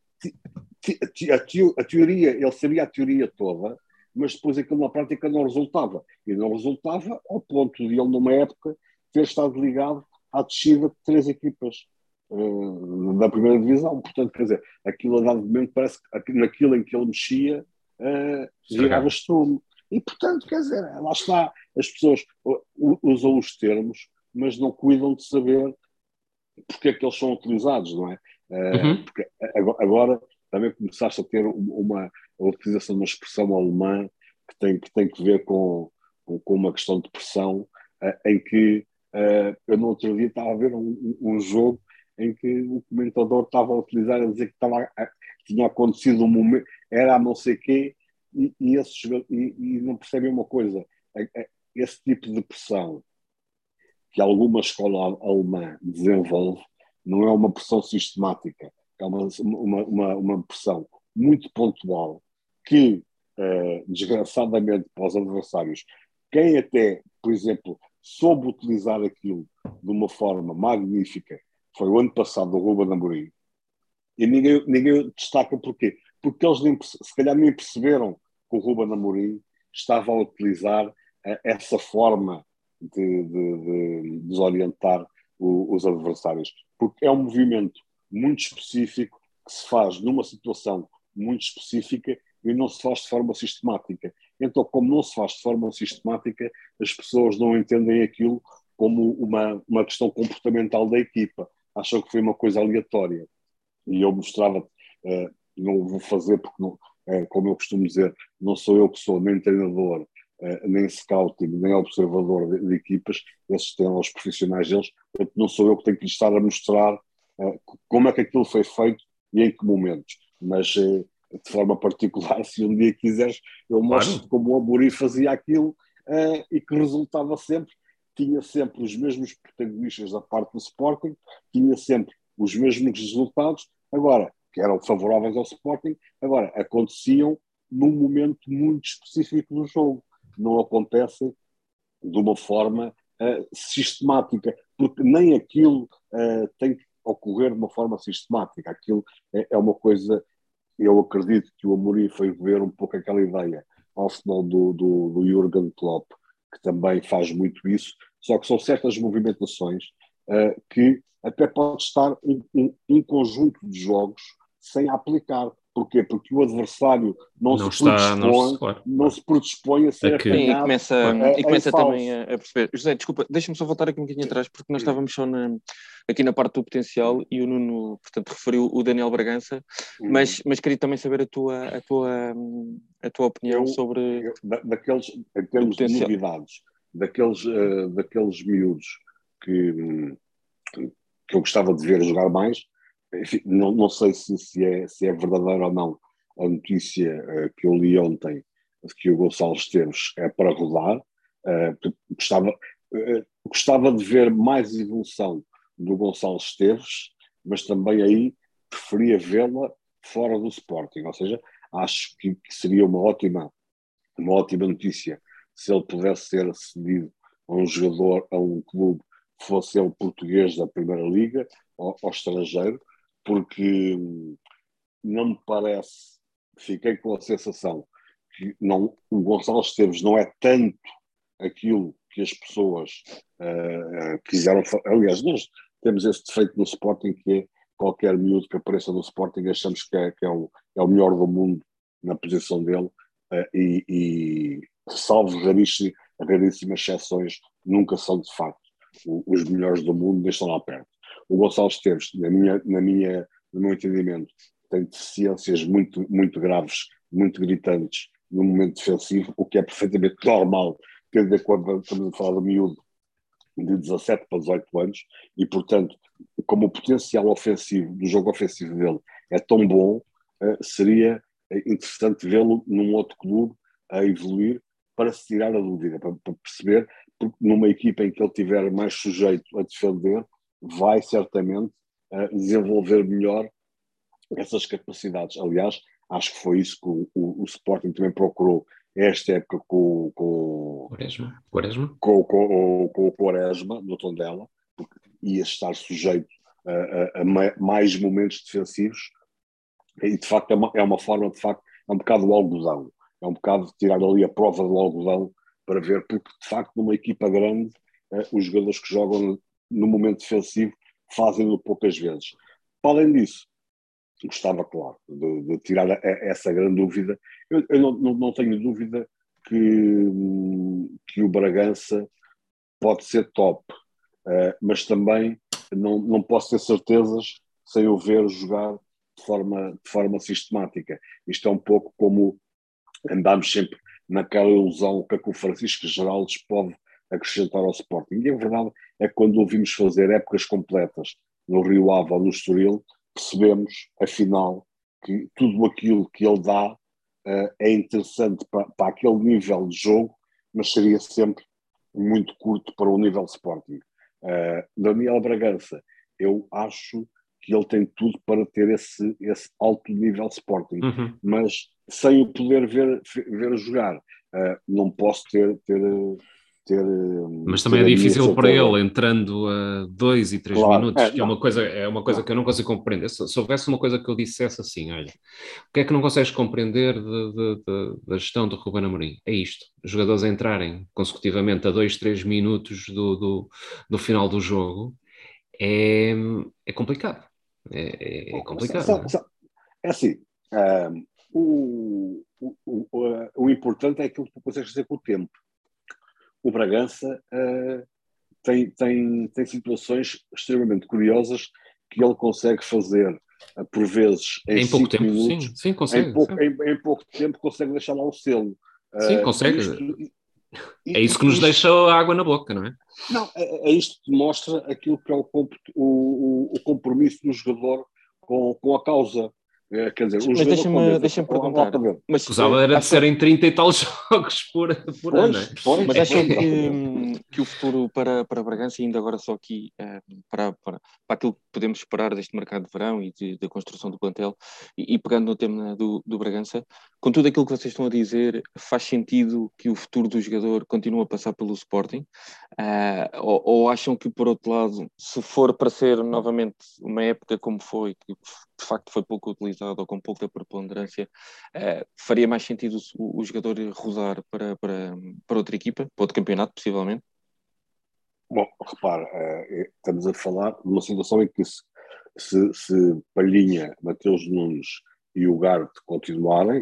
A teoria, ele sabia a teoria toda, mas depois aquilo na prática não resultava. E não resultava ao ponto de ele, numa época, ter estado ligado à descida de 3 equipas da primeira divisão. Portanto, quer dizer, aquilo a dado momento parece que naquilo em que ele mexia virava estrume. E, portanto, quer dizer, lá está, as pessoas usam os termos, mas não cuidam de saber porque é que eles são utilizados, não é? Porque agora também começaste a ter a utilização de uma expressão alemã que tem que ver com uma questão de pressão, em que eu no outro dia estava a ver um jogo em que o comentador estava a utilizar, a dizer que tinha acontecido um momento, era a não sei quê, e não percebem uma coisa, esse tipo de pressão que alguma escola alemã desenvolve não é uma pressão sistemática, é uma pressão muito pontual que, desgraçadamente para os adversários, quem até, por exemplo, soube utilizar aquilo de uma forma magnífica foi o ano passado o Ruben Amorim, e ninguém destaca porquê. Porque eles se calhar nem perceberam que o Ruben Amorim estava a utilizar essa forma de desorientar os adversários. Porque é um movimento muito específico que se faz numa situação muito específica e não se faz de forma sistemática. Então, como não se faz de forma sistemática, as pessoas não entendem aquilo como uma questão comportamental da equipa. Acham que foi uma coisa aleatória. E eu mostrava, não vou fazer porque, não, como eu costumo dizer, não sou eu que sou nem treinador, nem scouting, nem observador de equipas, esses têm os profissionais deles, portanto não sou eu que tenho que lhes estar a mostrar como é que aquilo foi feito e em que momentos, mas de forma particular, se um dia quiseres, eu mostro como o Amorim fazia aquilo e que resultava sempre, tinha sempre os mesmos protagonistas da parte do Sporting, tinha sempre os mesmos resultados, agora, que eram favoráveis ao Sporting, agora, aconteciam num momento muito específico do jogo, não acontecem de uma forma sistemática, porque nem aquilo tem que ocorrer de uma forma sistemática, aquilo é uma coisa, eu acredito que o Amorim foi ver um pouco aquela ideia ao final do Jürgen Klopp, que também faz muito isso, só que são certas movimentações que até pode estar um conjunto de jogos sem aplicar. Porquê? Porque o adversário não se predispõe a ser apanhado. E começa também a perceber. José, desculpa, deixa-me só voltar aqui um bocadinho atrás, porque nós estávamos só aqui na parte do potencial e o Nuno, portanto, referiu o Daniel Bragança, mas queria também saber a tua opinião sobre... em termos de novidades, daqueles miúdos que eu gostava de ver jogar mais, enfim, não sei se é verdadeira ou não a notícia que eu li ontem de que o Gonçalo Esteves é para rodar. Gostava de ver mais evolução do Gonçalo Esteves, mas também aí preferia vê-la fora do Sporting, ou seja, acho que seria uma ótima notícia se ele pudesse ser cedido a um jogador, a um clube, fosse ele português da Primeira Liga ou estrangeiro, porque não me parece, fiquei com a sensação que o Gonçalo Esteves não é tanto aquilo que as pessoas quiseram. Aliás, nós temos esse defeito no Sporting, que é qualquer miúdo que apareça no Sporting achamos que é o melhor do mundo na posição dele, e salvo raríssimas exceções, nunca são de facto os melhores do mundo, deixam lá perto. O Gonçalo Esteves, no meu entendimento, tem deficiências muito, muito graves, muito gritantes no momento defensivo, o que é perfeitamente normal, tendo em conta que estamos a falar de miúdo de 17 para 18 anos, e portanto, como o potencial ofensivo, do jogo ofensivo dele é tão bom, seria interessante vê-lo num outro clube a evoluir, para se tirar a dúvida, para perceber, porque numa equipa em que ele estiver mais sujeito a defender, vai certamente desenvolver melhor essas capacidades. Aliás, acho que foi isso que o Sporting também procurou esta época com o Quaresma, no Tondela, porque ia estar sujeito a mais momentos defensivos, e de facto é uma forma, de facto, é um bocado o algodão, é um bocado de tirar ali a prova do algodão para ver, porque de facto numa equipa grande os jogadores que jogam no momento defensivo fazem-no poucas vezes. Para além disso, gostava, claro, de tirar essa grande dúvida. Eu não tenho dúvida que o Bragança pode ser top, mas também não posso ter certezas sem o ver jogar de forma sistemática. Isto é um pouco como andamos sempre naquela ilusão que o Francisco Geraldes pode acrescentar ao Sporting. E a verdade é que quando o vimos fazer épocas completas no Rio Ave ou no Estoril, percebemos, afinal, que tudo aquilo que ele dá é interessante para aquele nível de jogo, mas seria sempre muito curto para o nível Sporting. Daniel Bragança, eu acho que ele tem tudo para ter esse alto nível Sporting, mas sem o poder ver jogar, não posso ter mas também é difícil para ele, entrando a 2 e 3 minutos, que é uma coisa que eu não consigo compreender. Se houvesse uma coisa que eu dissesse assim, olha, o que é que não consegues compreender da gestão do Ruben Amorim? É isto, os jogadores entrarem consecutivamente a 2, 3 minutos do final do jogo, é complicado. É complicado. É assim, o importante é aquilo que tu consegues fazer com o tempo. O Bragança tem situações extremamente curiosas que ele consegue fazer, por vezes, em pouco 5 minutos. Sim, consegue. Em pouco tempo consegue deixar lá o selo. Sim, consegue. É isso que nos deixa a água na boca, não é? Não, é isto que mostra aquilo que é o compromisso do jogador com a causa. Quer dizer, o Mas jogador deixa-me perguntar. Mas, Escusava era de acham, serem 30 e tal jogos por ano, não é? mas acham que o futuro para Bragança, e ainda agora só aqui para aquilo que podemos esperar deste mercado de verão e da construção do plantel, e pegando no tema do Bragança, com tudo aquilo que vocês estão a dizer, faz sentido que o futuro do jogador continue a passar pelo Sporting? Ou acham que, por outro lado, se for para ser novamente uma época como foi, que de facto foi pouco utilizado ou com pouca preponderância, faria mais sentido o jogador rodar para outra equipa, para outro campeonato, possivelmente? Bom, repara, estamos a falar de uma situação em que se Palhinha, Mateus Nunes e o Ugarte continuarem,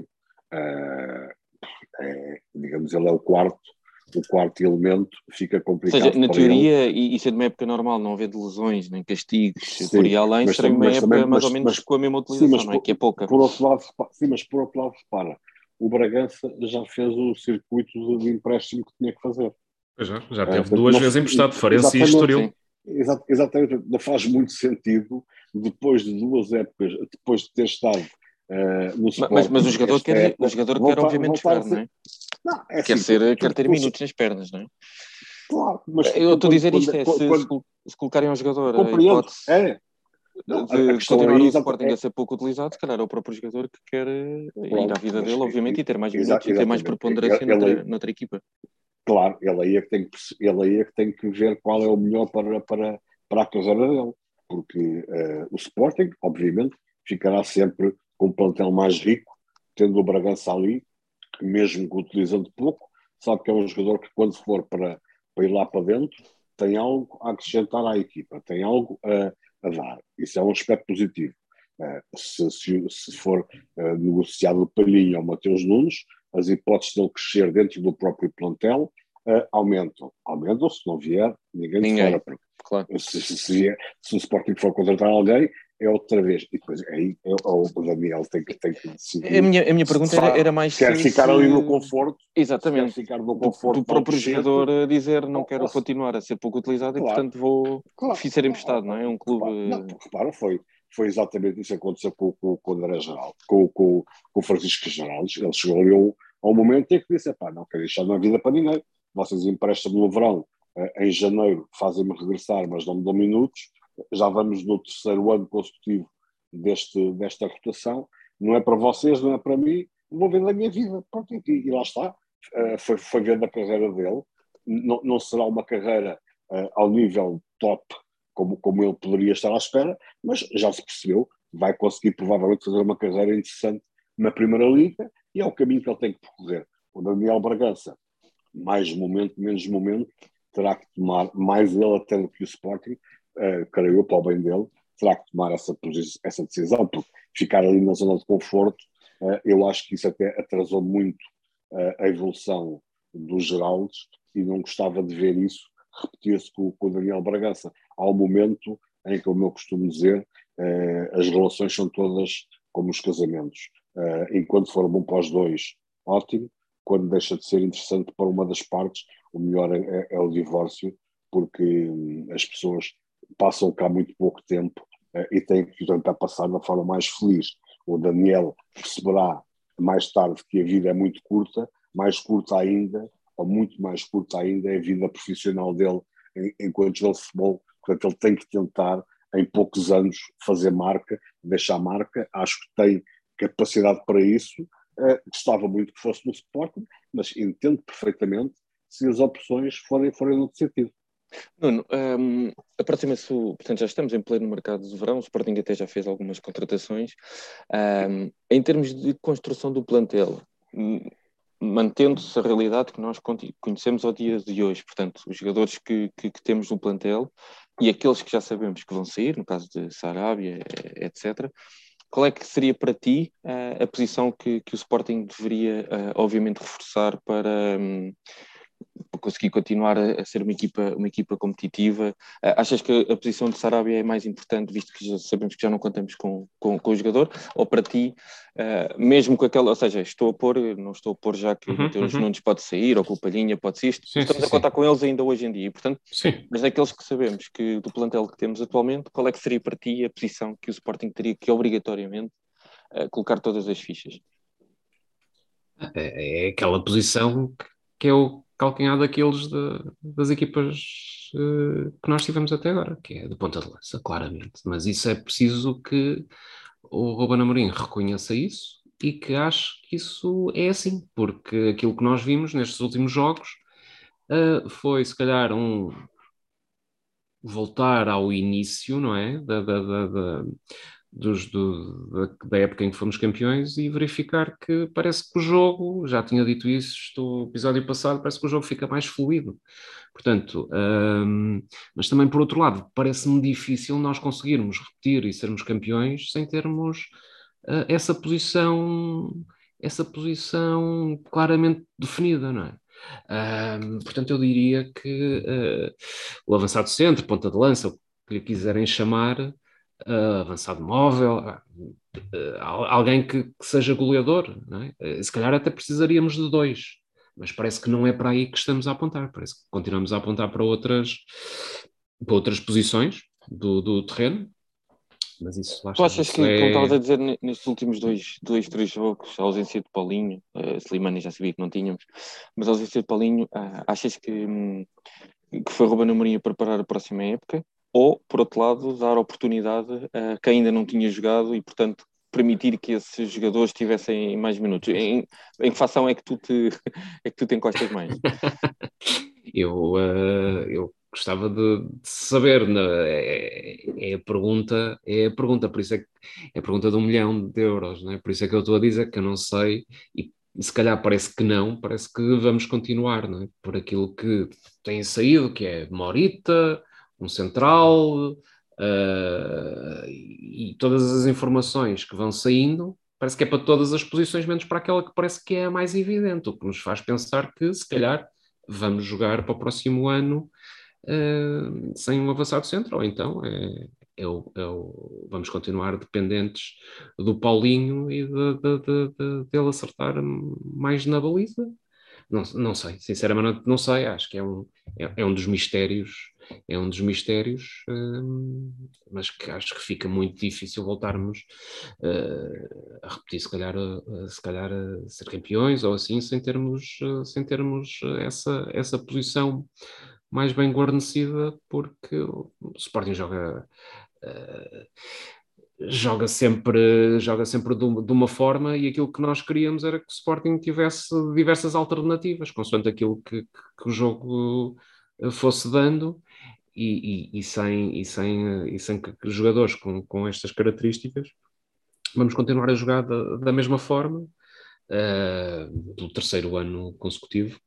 digamos, ele é o quarto elemento, fica Ou complicado seja, na para ele. teoria, e sendo uma época normal, não haver de lesões, nem castigos, por aí Sim, além, seria uma época também, mais ou menos com a mesma utilização, não é? Que é pouca. por outro lado, mas por outro lado, repara, o Bragança já fez o circuito de empréstimo que tinha que fazer. Já teve duas vezes emprestado, Farense e Estoril. Exatamente, não faz muito sentido, depois de 2 épocas, depois de ter estado no Sporting. Mas o jogador quer obviamente jogar, não é? Não, é Quer assim, quer ter minutos nas pernas, não é? claro, mas Eu estou a dizer isto, se colocarem ao jogador a compreendo, hipótese não, a de questão continuar aí no Sporting a ser pouco utilizado, se calhar é o próprio jogador que quer ir à vida dele, obviamente, e ter mais minutos e ter mais preponderância noutra equipa. Claro, ele aí é que tem que ver qual é o melhor para a carreira dele, porque o Sporting, obviamente, ficará sempre com um plantel mais rico, tendo o Bragança ali, mesmo que utilizando pouco, sabe que é um jogador que quando for para ir lá para dentro, tem algo a acrescentar à equipa, tem algo a dar. Isso é um aspecto positivo. Se for negociado o Palhinha ou o Mateus Nunes, as hipóteses de ele crescer dentro do próprio plantel aumentam. Aumentam, se não vier, ninguém de fora. Claro. Se o Sporting for contratar alguém, é outra vez. E depois aí o Daniel tem que decidir. A minha pergunta era mais quer ficar ali no conforto. Exatamente. Quer ficar no conforto do próprio jogador a dizer não quero continuar a ser pouco utilizado, claro, e portanto vou ser emprestado, não é? Um clube... Repara, foi exatamente isso que aconteceu com o André Geral, com o Francisco Geraldes. Ele chegou ali ao momento em que disse, não quero deixar na vida para ninguém. Vocês emprestam-me no verão, em janeiro fazem-me regressar, mas não me dão minutos. Já vamos no 3º ano consecutivo desta rotação. Não é para vocês, não é para mim, vou ver da minha vida. Pronto, e lá está. Foi vendo a carreira dele. Não será uma carreira ao nível top como ele poderia estar à espera, mas já se percebeu, vai conseguir provavelmente fazer uma carreira interessante na Primeira Liga e é o caminho que ele tem que percorrer. O Daniel Bragança, mais momento, menos momento, terá que tomar, mais ele até do que o Sporting, creio eu, para o bem dele, terá que tomar essa decisão, porque ficar ali na zona de conforto, eu acho que isso até atrasou muito a evolução dos Geraldes e não gostava de ver isso repetir-se com o Daniel Bragança. Há um momento em que, como eu costumo dizer, as relações são todas como os casamentos. Enquanto for bom para os dois, ótimo. Quando deixa de ser interessante para uma das partes, o melhor é o divórcio, porque as pessoas passam cá muito pouco tempo e têm que tentar passar da forma mais feliz. O Daniel perceberá mais tarde que a vida é muito curta, mais curta ainda, ou muito mais curta ainda, é a vida profissional dele enquanto jogador de futebol. Portanto, ele tem que tentar, em poucos anos, fazer marca, deixar marca. Acho que tem capacidade para isso. Gostava muito que fosse no Sporting, mas entendo perfeitamente se as opções forem no sentido. Nuno, aproxima-se, portanto já estamos em pleno mercado de verão, o Sporting até já fez algumas contratações. Em termos de construção do plantel, mantendo-se a realidade que nós conhecemos ao dia de hoje, portanto, os jogadores que temos no plantel e aqueles que já sabemos que vão sair, no caso de Sarabia, etc., qual é que seria para ti a posição que o Sporting deveria, obviamente, reforçar conseguir continuar a ser uma equipa competitiva. Achas que a posição de Sarabia é mais importante, visto que já sabemos que já não contamos com o jogador? Ou para ti, mesmo com aquela, ou seja, não estou a pôr já que o Mateus Nunes pode sair, ou que o Palhinha pode sair, estamos a contar com eles ainda hoje em dia, e, portanto, mas daqueles que sabemos que do plantel que temos atualmente, qual é que seria para ti a posição que o Sporting teria que obrigatoriamente colocar todas as fichas? É aquela posição que é o calcanhar daqueles das equipas que nós tivemos até agora, que é de ponta de lança, claramente. Mas isso é preciso que o Ruben Amorim reconheça isso e que ache que isso é assim, porque aquilo que nós vimos nestes últimos jogos foi, se calhar, voltar ao início, não é? Da época em que fomos campeões e verificar que parece que o jogo, já tinha dito isso no episódio passado, parece que o jogo fica mais fluido. Portanto, mas também por outro lado, parece-me difícil nós conseguirmos repetir e sermos campeões sem termos essa posição claramente definida, não é? Portanto, eu diria que o avançado centro, ponta de lança, o que lhe quiserem chamar, avançado móvel, alguém que seja goleador, não é? Se calhar até precisaríamos de dois, mas parece que não é para aí que estamos a apontar, parece que continuamos a apontar para outras posições do terreno, mas isso lá Tu está. achas que, como estavas a dizer, nestes últimos três jogos, a ausência de Paulinho, Slimani já sabia que não tínhamos, mas a ausência de Paulinho, achas que foi Ruben Amorim a preparar a próxima época? Ou, por outro lado, dar oportunidade a quem ainda não tinha jogado e, portanto, permitir que esses jogadores tivessem mais minutos? Em que fação é que tu te encostas mais? Eu gostava de saber, né? É a pergunta, por isso é que é a pergunta de 1 milhão de euros, né? Por isso é que eu estou a dizer que eu não sei, e se calhar parece que não, parece que vamos continuar, né? Por aquilo que tem saído, que é Morita, um central, e todas as informações que vão saindo. Parece que é para todas as posições, menos para aquela que parece que é a mais evidente, o que nos faz pensar que, se calhar, vamos jogar para o próximo ano sem um avançado centro, ou então vamos continuar dependentes do Paulinho e dele acertar mais na baliza. Não sei, sinceramente não sei, acho que é um dos mistérios, mas que acho que fica muito difícil voltarmos a repetir, se calhar a ser campeões ou assim, sem termos essa posição mais bem guarnecida, porque o Sporting joga sempre de uma forma, e aquilo que nós queríamos era que o Sporting tivesse diversas alternativas, consoante aquilo que o jogo fosse dando, e sem que jogadores com estas características. Vamos continuar a jogar da mesma forma, pelo terceiro ano consecutivo.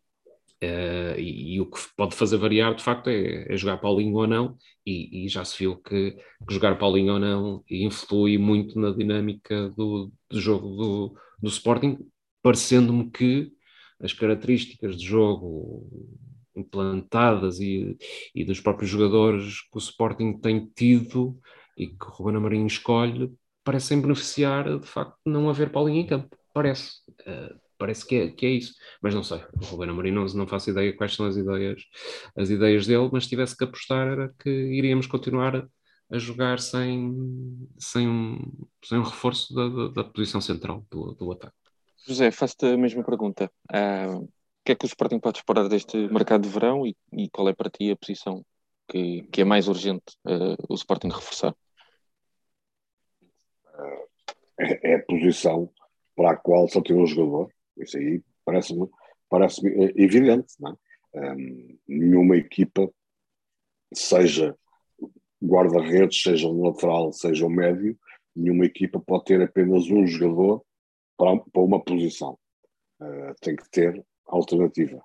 E o que pode fazer variar, de facto, é jogar Paulinho ou não, e já se viu que jogar Paulinho ou não influi muito na dinâmica do jogo do Sporting, parecendo-me que as características de jogo implantadas e dos próprios jogadores que o Sporting tem tido e que o Ruben Amorim escolhe parecem beneficiar, de facto, de não haver Paulinho em campo. Parece que é isso, mas não sei. O Ruben Amorim não faço ideia quais são as ideias dele, mas se tivesse que apostar era que iríamos continuar a jogar sem um reforço da posição central do ataque. José, faço-te a mesma pergunta. O que é que o Sporting pode esperar deste mercado de verão e qual é para ti a posição que é mais urgente o Sporting reforçar? É a posição para a qual só tem um jogador. Isso aí parece-me evidente, não é? Nenhuma equipa, seja guarda-redes, seja um lateral, seja um médio, nenhuma equipa pode ter apenas um jogador para uma posição. Tem que ter alternativa.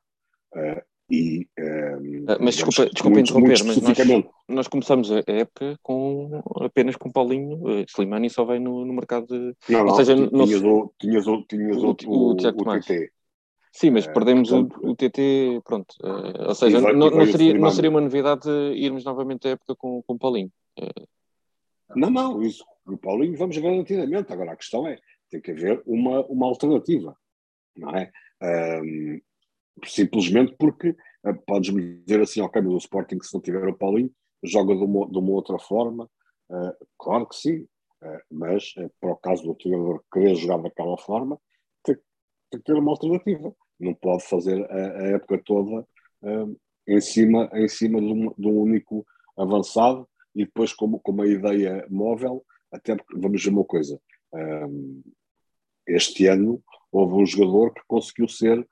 Mas desculpa interromper, mas nós começamos a época apenas com Paulinho. Slimani só vem no mercado de... Não, ou seja, tinhas o TT. Sim, mas perdemos portanto, o TT, pronto. Ou seja, não seria uma novidade irmos novamente à época com o Paulinho. Não, isso, o Paulinho vamos garantidamente. Agora, a questão é, tem que haver uma alternativa, não é? Simplesmente porque podes-me dizer assim, ok, mas o Sporting, se não tiver o Paulinho, joga de uma outra forma. Claro que sim, mas para o caso do treinador querer jogar daquela forma, tem que ter uma alternativa. Não pode fazer a época toda em cima de um único avançado e depois com uma ideia móvel, até porque, vamos dizer uma coisa, este ano houve um jogador que conseguiu ser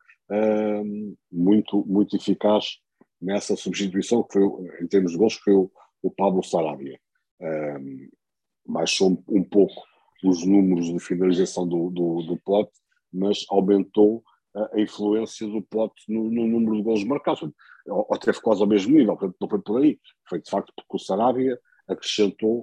muito eficaz nessa substituição, que foi, em termos de gols, que foi o Pablo Sarabia. Baixou um pouco os números de finalização do Pote, mas aumentou a influência do Pote no número de gols marcados, ou teve quase ao mesmo nível, portanto não foi por aí, foi de facto porque o Sarabia acrescentou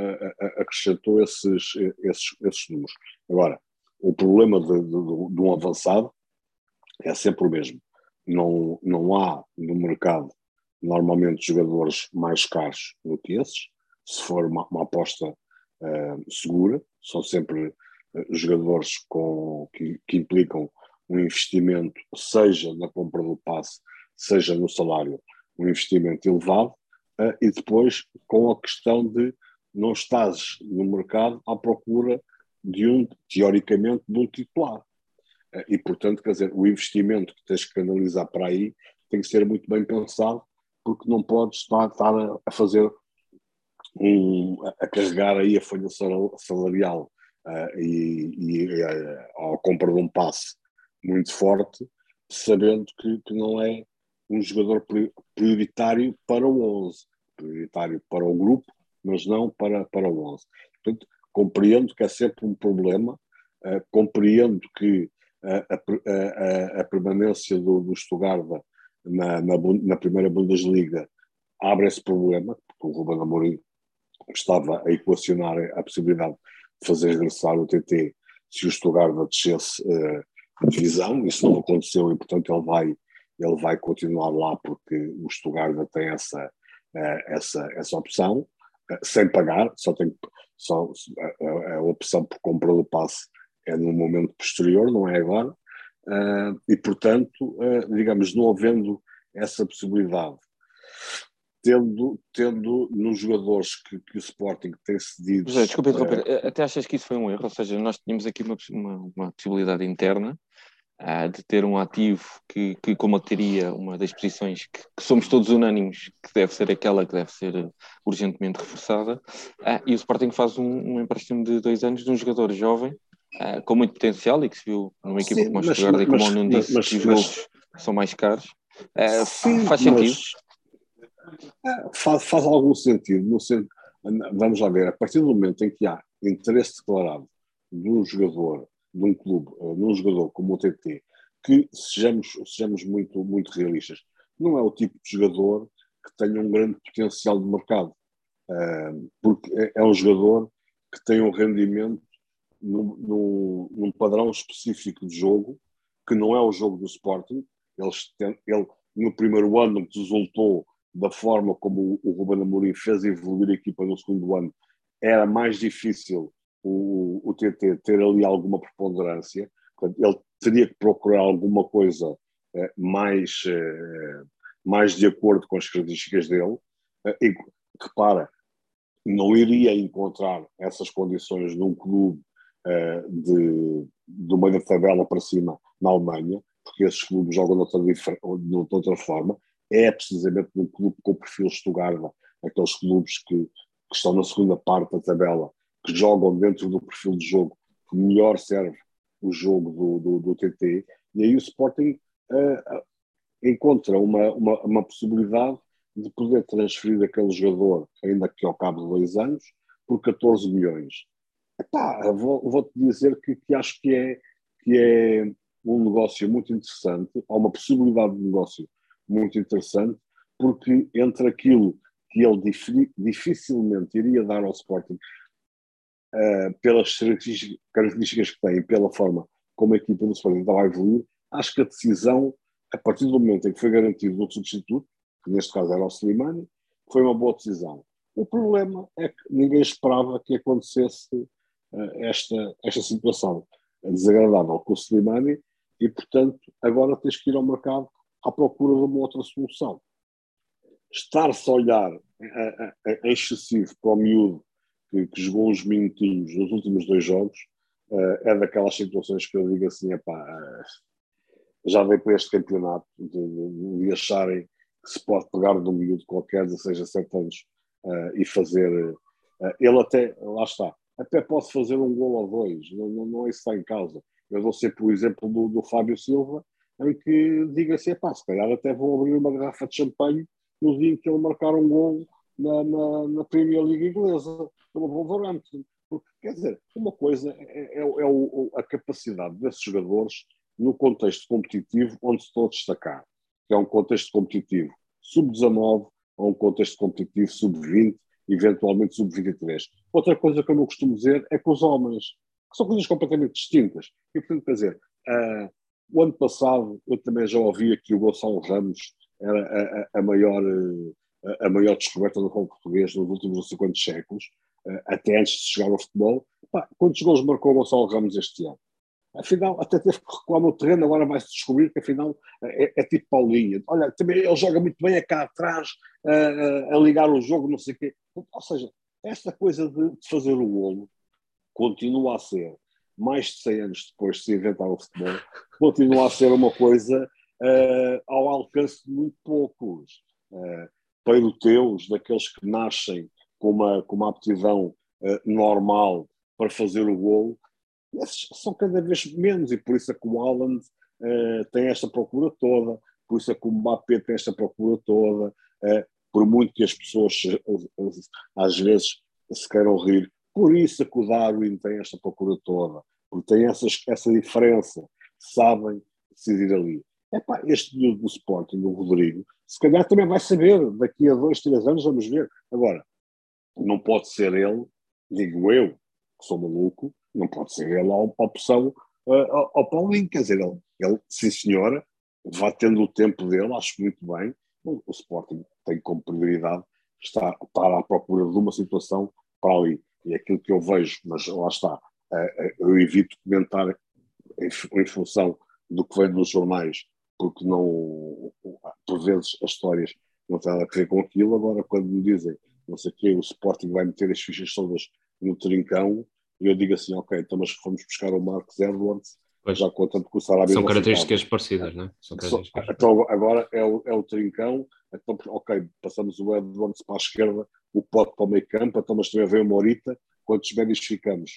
esses números. Agora, o problema de um avançado é sempre o mesmo. Não há no mercado normalmente jogadores mais caros do que esses, se for uma aposta segura, são sempre jogadores que implicam um investimento, seja na compra do passe, seja no salário, um investimento elevado, e depois com a questão de não estás no mercado à procura teoricamente, de um titular. E, portanto, quer dizer, o investimento que tens que canalizar para aí tem que ser muito bem pensado, porque não podes estar a fazer a carregar aí a folha salarial e a compra de um passe muito forte, sabendo que não é um jogador prioritário para o 11, prioritário para o grupo, mas não para o 11. Portanto, compreendo que é sempre um problema, compreendo que a permanência do Stuttgart na primeira Bundesliga abre esse problema, porque o Ruben Amorim estava a equacionar a possibilidade de fazer regressar o TT se o Stuttgart descesse a divisão. Isso não aconteceu e, portanto, ele vai continuar lá porque o Stuttgart tem essa opção, sem pagar, só a opção por compra do passe é no momento posterior, não é agora, e, portanto, digamos, não havendo essa possibilidade, tendo nos jogadores que o Sporting tem cedido... José, desculpa interromper, até achas que isso foi um erro? Ou seja, nós tínhamos aqui uma possibilidade interna de ter um ativo que combateria uma das posições que somos todos unânimes, que deve ser aquela que deve ser urgentemente reforçada, e o Sporting faz um empréstimo de 2 anos de um jogador jovem, com muito potencial e que se viu numa equipa como o Stuttgart e como o Nuno disse, que os golos são mais caros. Faz sentido? Faz algum sentido, vamos lá ver, a partir do momento em que há interesse declarado de um jogador, de um clube, de um jogador como o TT, que sejamos muito realistas, não é o tipo de jogador que tenha um grande potencial de mercado, porque é um jogador que tem um rendimento num padrão específico de jogo, que não é o jogo do Sporting. Ele no primeiro ano resultou da forma como o Ruben Amorim fez evoluir a equipa no segundo ano. Era mais difícil o TT ter ali alguma preponderância. Portanto, ele teria que procurar alguma coisa mais de acordo com as características dele. E repara, não iria encontrar essas condições num clube do meio da tabela para cima na Alemanha, porque esses clubes jogam de outra forma. É precisamente num clube com o perfil Stuttgart, aqueles clubes que estão na segunda parte da tabela, que jogam dentro do perfil de jogo que melhor serve o jogo do TT, e aí o Sporting encontra uma possibilidade de poder transferir aquele jogador, ainda que ao cabo de 2 anos, por 14 milhões. Epá, vou-te dizer que acho que é um negócio muito interessante, ou uma possibilidade de negócio muito interessante, porque entre aquilo que ele dificilmente iria dar ao Sporting, pelas características que tem, pela forma como a equipa do Sporting estava a evoluir, acho que a decisão, a partir do momento em que foi garantido o substituto, que neste caso era o Slimani, foi uma boa decisão. O problema é que ninguém esperava que acontecesse esta situação desagradável com o Slimani e, portanto, agora tens que ir ao mercado à procura de uma outra solução. Estar-se a olhar em excessivo para o miúdo que jogou uns minutinhos nos últimos 2 jogos, é daquelas situações que eu digo assim, já veio para este campeonato de acharem que se pode pegar num miúdo qualquer, de 6 a 7 anos, e fazer... ele até, lá está, até pode fazer um gol ou 2, não é isso que está em causa. Eu dou sempre o exemplo do Fábio Silva, em que diga assim, se calhar até vou abrir uma garrafa de champanhe no dia em que ele marcar um gol na Premier League inglesa, pelo Wolverhampton. Porque, quer dizer, uma coisa é a capacidade desses jogadores no contexto competitivo onde se estão a destacar, que é um contexto competitivo sub-19 ou um contexto competitivo sub-20, eventualmente sub-23. Outra coisa que eu não costumo dizer é com os homens, que são coisas completamente distintas. E, portanto, quer dizer, o ano passado eu também já ouvi que o Gonçalo Ramos era a maior descoberta do futebol português nos últimos 50 séculos, até antes de chegar ao futebol. Quantos gols marcou o Gonçalo Ramos este ano? Afinal, até teve que recuar no terreno, agora vai-se descobrir que afinal é tipo Paulinho. Olha, também ele joga muito bem, é cá atrás, a ligar o jogo, não sei o quê. Ou seja, esta coisa de fazer o golo continua a ser, mais de 100 anos depois de se inventar o futebol, continua a ser uma coisa ao alcance de muito poucos. Peiroteus, daqueles que nascem com uma aptidão normal para fazer o golo, esses são cada vez menos, e por isso é que o Haaland tem esta procura toda, por isso é que o Mbappé tem esta procura toda, por muito que as pessoas às vezes se queiram rir, por isso é que o Darwin tem esta procura toda, porque tem essa diferença, sabem decidir ali. Este miúdo do Sporting, o Rodrigo, se calhar também vai saber, daqui a 2, 3 anos vamos ver. Agora, não pode ser ele, digo eu, que sou maluco, não pode ser ele a opção ao Paulinho, quer dizer, ele, sim senhora, vai tendo o tempo dele, acho muito bem. O Sporting tem como prioridade estar à procura de uma situação para ali. E aquilo que eu vejo, mas lá está, eu evito comentar em função do que vem nos jornais, porque não, por vezes as histórias não têm nada a ver com aquilo. Agora, quando me dizem, não sei o quê, o Sporting vai meter as fichas todas no trincão, e eu digo assim, ok, então mas vamos buscar o Marcos Edwards, já contando que o Sarabia são características parecidas, não é? Então agora é o trincão, então ok, passamos o Edwards para a esquerda, o Pote para o meio campo, então mas também vem o Morita, quantos médios ficamos?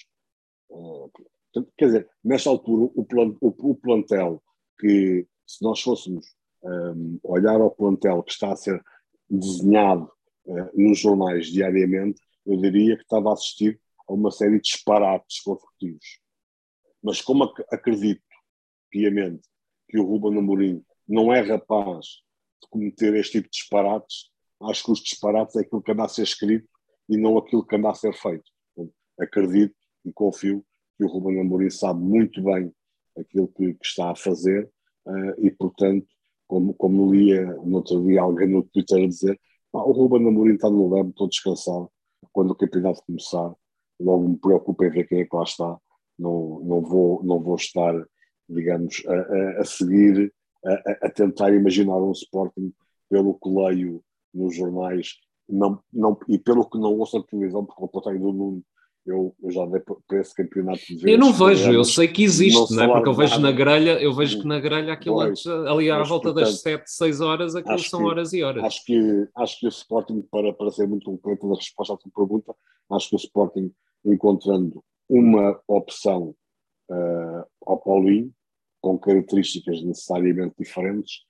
Quer dizer, nesta altura o plantel, que se nós fôssemos olhar ao plantel que está a ser desenhado nos jornais diariamente, eu diria que estava a assistir a uma série de disparates consecutivos. Mas como acredito piamente que o Ruben Amorim não é rapaz de cometer este tipo de disparates, acho que os disparates é aquilo que anda a ser escrito e não aquilo que anda a ser feito. Então, acredito e confio que o Ruben Amorim sabe muito bem aquilo que está a fazer e, portanto, como lia no outro dia alguém no Twitter a dizer, o Ruben Amorim está no leme, estou descansado, quando o campeonato começar, logo me preocupo em ver quem é que lá está, não vou estar, digamos, a seguir, a tentar imaginar um Sporting pelo que leio nos jornais e pelo que não ouço na televisão, porque ao contrário do Nuno, eu já dei para esse campeonato de vezes. Eu não vejo, eu sei que existe, não é? Porque eu vejo nada. na grelha, que na grelha aquilo Pois, antes, ali à volta portanto, das 7, 6 horas, aquilo são horas e horas. Acho que o Sporting, para ser muito concreto na resposta à tua pergunta, acho que o Sporting, encontrando uma opção ao Paulinho, com características necessariamente diferentes,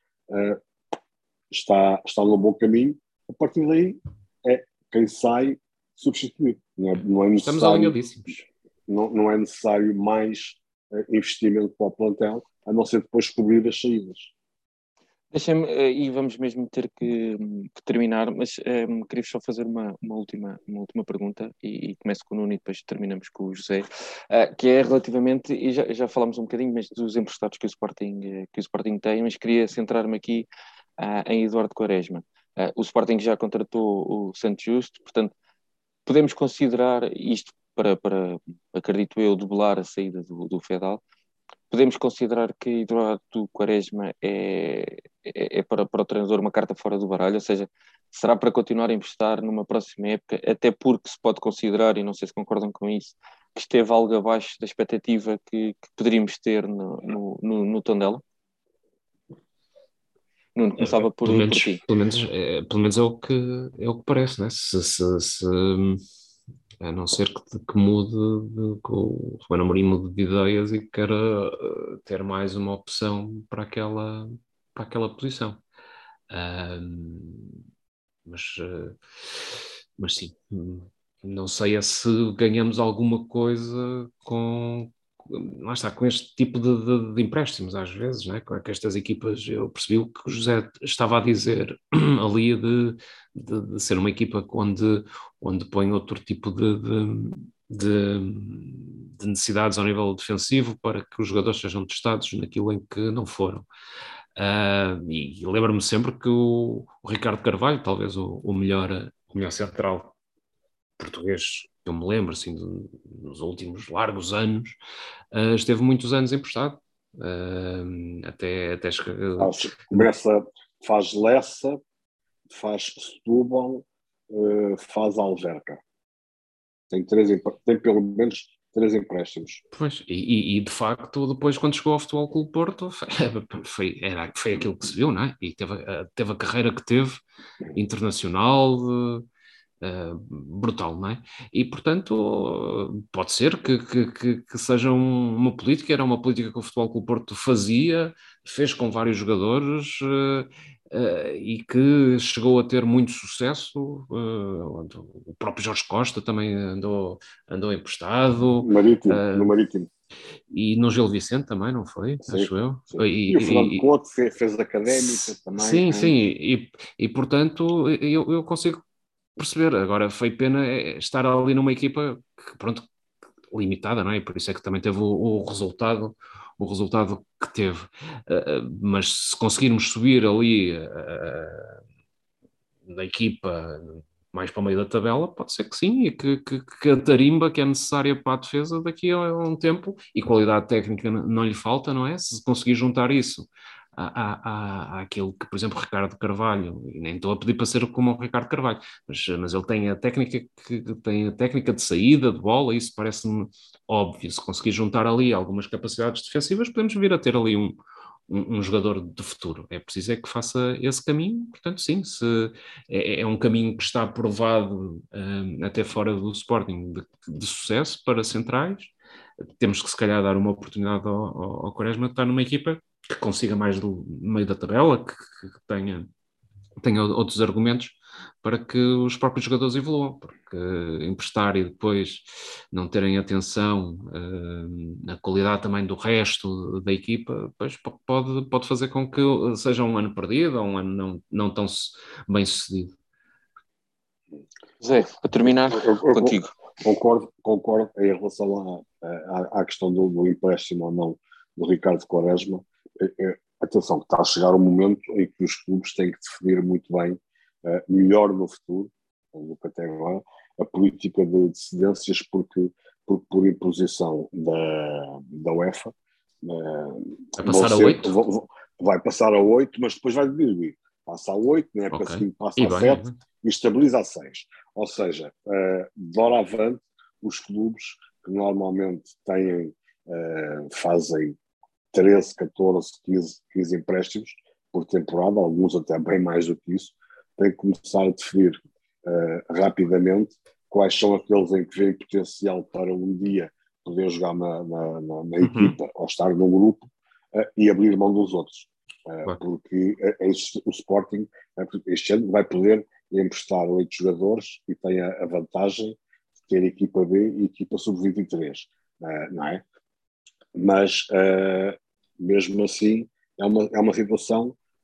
está no bom caminho. A partir daí, é quem sai substituir. Não é necessário, estamos alinhadíssimos. Não é necessário mais investimento para o plantel, a não ser depois cobrir as saídas. Deixem-me, e vamos mesmo ter que terminar, mas queria só fazer uma última pergunta e começo com o Nuno e depois terminamos com o José, que é relativamente, e já falámos um bocadinho, mas dos emprestados que o Sporting tem, mas queria centrar-me aqui em Eduardo Quaresma. O Sporting já contratou o Santo Justo, portanto, podemos considerar isto para acredito eu, debelar a saída do Fedal. Podemos considerar que Eduardo Quaresma é para o treinador uma carta fora do baralho, ou seja, será para continuar a investir numa próxima época, até porque se pode considerar, e não sei se concordam com isso, que esteve algo abaixo da expectativa que poderíamos ter no Tondela? Nuno, começava por ti. Pelo menos é o que parece, né? A não ser que mude, que o Ruben Amorim mude de ideias e que queira ter mais uma opção para aquela posição. Mas, mas sim, não sei é se ganhamos alguma coisa lá está, com este tipo de empréstimos às vezes, né? Com estas equipas. Eu percebi o que o José estava a dizer ali de ser uma equipa onde põe outro tipo de necessidades ao nível defensivo para que os jogadores sejam testados naquilo em que não foram. E lembro-me sempre que o Ricardo Carvalho, talvez o melhor central português que eu me lembro, assim, nos últimos largos anos, esteve muitos anos emprestado. Até Faz Lessa, faz Setúbal, faz Alverca. Tem pelo menos 3 empréstimos. Pois, e de facto, depois, quando chegou ao Futebol Clube Porto, foi aquilo que se viu, não é? E teve a carreira que teve, internacional, brutal, não é? E, portanto, pode ser que seja uma política, era uma política que o Futebol Clube Porto fez com vários jogadores, e que chegou a ter muito sucesso. O próprio Jorge Costa também andou emprestado. No Marítimo. E no Gil Vicente também, não foi? Sim, Acho eu. sim. E o Fernando Couto fez académica também. Sim, e portanto eu consigo perceber. Agora foi pena estar ali numa equipa que, pronto, limitada, não é? E por isso é que também teve o resultado que teve. Mas se conseguirmos subir ali da equipa mais para o meio da tabela, pode ser que sim, e que a tarimba que é necessária para a defesa daqui a um tempo, e qualidade técnica não lhe falta, não é? Se conseguir juntar isso àquilo que, por exemplo, Ricardo Carvalho, e nem estou a pedir para ser como o Ricardo Carvalho, mas ele tem a técnica de saída de bola, isso parece-me óbvio. Se conseguir juntar ali algumas capacidades defensivas, podemos vir a ter ali um jogador de futuro. É preciso é que faça esse caminho. Portanto, sim, se é um caminho que está provado, até fora do Sporting, de sucesso para centrais. Temos que se calhar dar uma oportunidade ao Quaresma de estar numa equipa que consiga mais do meio da tabela, que tenha outros argumentos para que os próprios jogadores evoluam, porque emprestar e depois não terem atenção na qualidade também do resto da equipa, depois pode fazer com que seja um ano perdido ou um ano não tão bem sucedido. Zé, para terminar, contigo. Concordo em relação à questão do empréstimo ou não do Ricardo Quaresma. Atenção, que está a chegar um momento em que os clubes têm que definir muito bem, melhor no futuro, do que até agora, a política de cedências, porque por imposição da UEFA vai passar a 8? Vai passar a 8, mas depois vai diminuir. Passa a 8, na época seguinte passa a 7 e estabiliza a 6. Ou seja, doravante, os clubes que normalmente fazem 13, 14, 15 empréstimos por temporada, alguns até bem mais do que isso, têm que começar a definir rapidamente quais são aqueles em que vêem potencial para um dia poder jogar na equipa ou estar num grupo, e abrir mão dos outros. Porque o Sporting este ano vai poder emprestar 8 jogadores e tem a vantagem de ter equipa B e equipa sub-23, não é? Mas mesmo assim é uma situação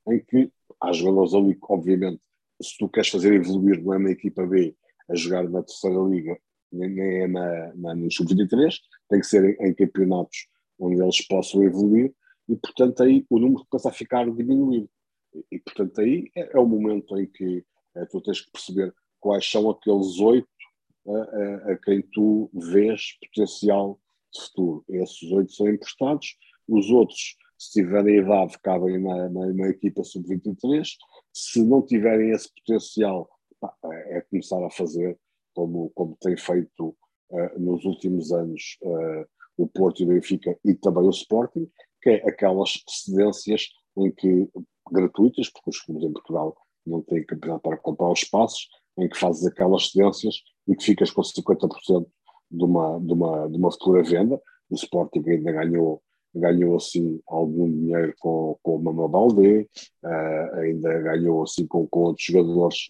em que há jogadores ali que, obviamente, se tu queres fazer evoluir, não é na equipa B a jogar na terceira liga, nem é no sub-23, tem que ser em campeonatos onde eles possam evoluir, e portanto aí o número começa a ficar diminuído. E portanto aí é o momento em que tu tens que perceber quais são aqueles 8 a quem tu vês potencial de futuro. Esses 8 são emprestados, os outros, se tiverem idade, cabem na equipa sub-23, se não tiverem esse potencial, é começar a fazer como tem feito nos últimos anos o Porto e o Benfica e também o Sporting, que é aquelas cedências em que, gratuitas, porque os clubes em Portugal não têm campeonato para comprar os espaços, em que fazes aquelas cedências e que ficas com 50% de uma futura venda. O Sporting ainda ganhou assim algum dinheiro com o Mama Baldé, ainda ganhou assim com outros jogadores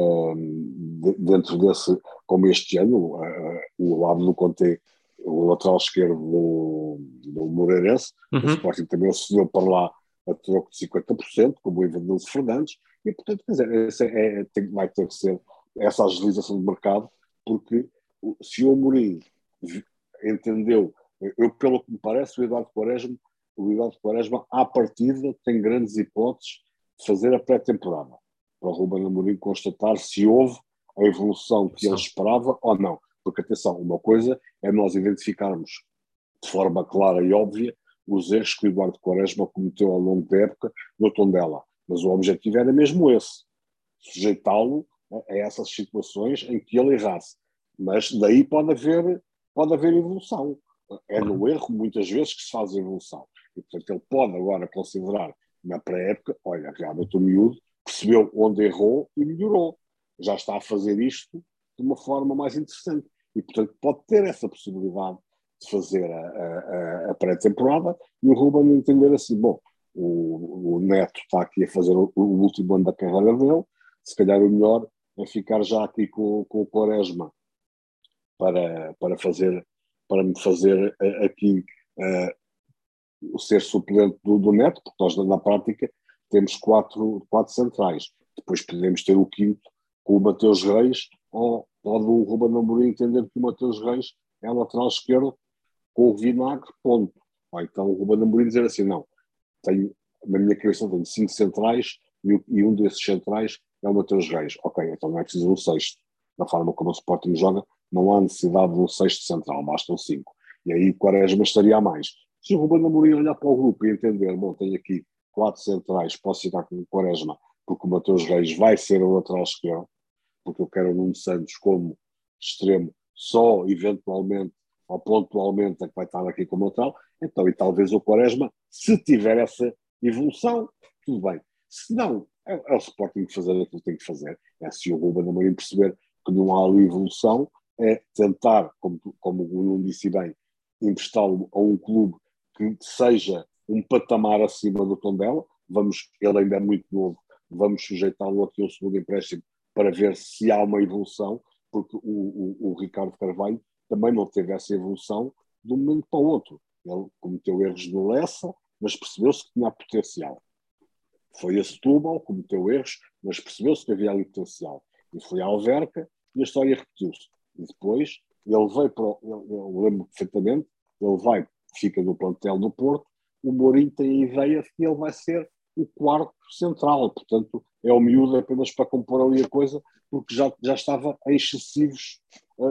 dentro desse, como este ano, o lado do Conte, o lateral esquerdo do Moreirense, o Sporting também cedeu para lá a troco de 50%, como o Evanilson Fernandes, e portanto, quer dizer, vai ter que ser essa agilização do mercado, porque se o Amorim entendeu, pelo que me parece, o Eduardo Quaresma, à partida, tem grandes hipóteses de fazer a pré-temporada, para o Ruben Amorim constatar se houve a evolução que ele esperava ou não. Porque, atenção, uma coisa é nós identificarmos de forma clara e óbvia os erros que o Eduardo Quaresma cometeu ao longo da época no Tondela. Mas o objetivo era mesmo esse, sujeitá-lo a essas situações em que ele errasse. Mas daí pode haver evolução. É no erro, muitas vezes, que se faz a evolução. E, portanto, ele pode agora considerar, na pré-época, olha, realmente o miúdo percebeu onde errou e melhorou. Já está a fazer isto de uma forma mais interessante. E, portanto, pode ter essa possibilidade de fazer a pré-temporada e o Ruben entender assim, bom, o Neto está aqui a fazer o último ano da carreira dele, se calhar o melhor é ficar já aqui com o Quaresma para me fazer aqui o ser suplente do Neto, porque nós na prática temos quatro centrais. Depois podemos ter o quinto com o Mateus Reis, ou pode o Ruben Amorim entender que o Mateus Reis é lateral esquerdo com o Vinagre, ponto. Ou então o Ruben Amorim dizer assim, não, na minha cabeça tenho 5 centrais e um desses centrais é o Mateus Reis. Ok, então não é preciso um sexto. Da forma como o Sporting joga, não há necessidade de um sexto central, bastam 5. E aí o Quaresma estaria a mais. Se o Ruben Amorim olhar para o grupo e entender, bom, tenho aqui 4 centrais, posso ficar com o Quaresma, porque o Mateus Reis vai ser o lateral esquerdo, porque eu quero o Nuno Santos como extremo, só eventualmente ou pontualmente é que vai estar aqui como lateral, então e talvez o Quaresma, se tiver essa evolução, tudo bem. Se não, é o Sporting que fazer aquilo que tem que fazer. É se o Ruben Amorim perceber que não há ali evolução, é tentar, como o Nuno disse bem, emprestá-lo a um clube que seja um patamar acima do Tondela. Ele ainda é muito novo, vamos sujeitá-lo aqui ao segundo empréstimo para ver se há uma evolução, porque o Ricardo Carvalho também não teve essa evolução de um momento para o outro. Ele cometeu erros no Lessa, mas percebeu-se que tinha potencial. Foi a Setúbal, cometeu erros, mas percebeu-se que havia ali potencial. E foi a Alverca e a história repetiu-se. E depois ele veio para eu lembro perfeitamente, fica no plantel do Porto, o Mourinho tem a ideia de que ele vai ser o quarto central, portanto é o miúdo apenas para compor ali a coisa, porque já estava em excessivos,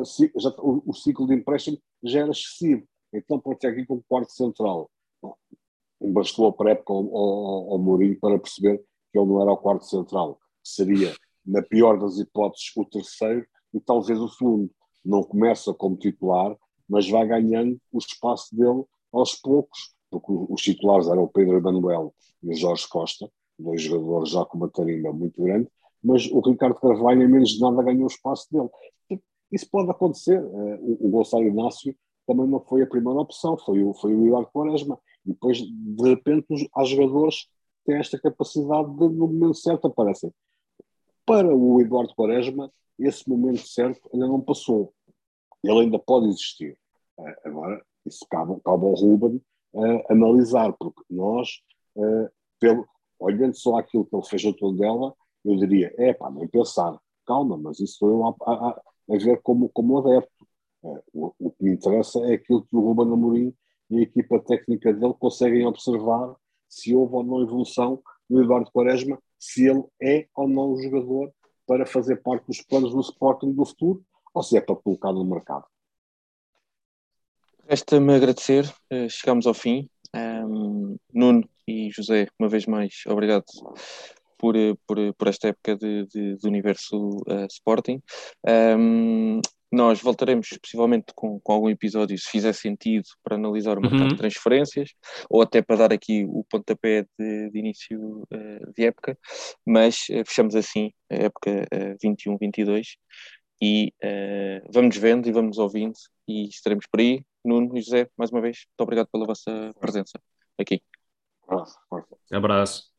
o ciclo de empréstimo já era excessivo, então pode ter aqui como quarto central. Bastou a pré-época ao Mourinho para perceber que ele não era o quarto central, seria, na pior das hipóteses, o terceiro e talvez o segundo. Não começa como titular, mas vai ganhando o espaço dele aos poucos, porque os titulares eram o Pedro Emanuel e o Jorge Costa, 2 jogadores já com uma tarimba muito grande, mas o Ricardo Carvalho, em menos de nada, ganhou o espaço dele. Isso pode acontecer. O Gonçalo Inácio também não foi a primeira opção, foi o Eduardo Quaresma. E depois, de repente, há jogadores que têm esta capacidade de, no momento certo, aparecem. Para o Eduardo Quaresma, esse momento certo ainda não passou. Ele ainda pode existir. Agora, isso cabe ao Ruben analisar, porque nós, olhando só aquilo que ele fez ao todo dela, eu diria, nem pensar, calma, mas isso foi a ver como adepto. O que me interessa é aquilo que o Ruben Amorim e a equipa técnica dele conseguem observar se houve ou não evolução do Eduardo Quaresma, se ele é ou não o jogador para fazer parte dos planos do Sporting do futuro, ou se é para colocar no mercado. Resta-me agradecer, chegamos ao fim. Nuno e José, uma vez mais, obrigado por esta época de Universo Sporting. Nós voltaremos possivelmente com algum episódio, se fizer sentido, para analisar o mercado de transferências, ou até para dar aqui o pontapé de início de época, mas fechamos assim a época 21-22 e vamos vendo e vamos ouvindo e estaremos por aí. Nuno e José, mais uma vez, muito obrigado pela vossa presença aqui. Força. Abraço.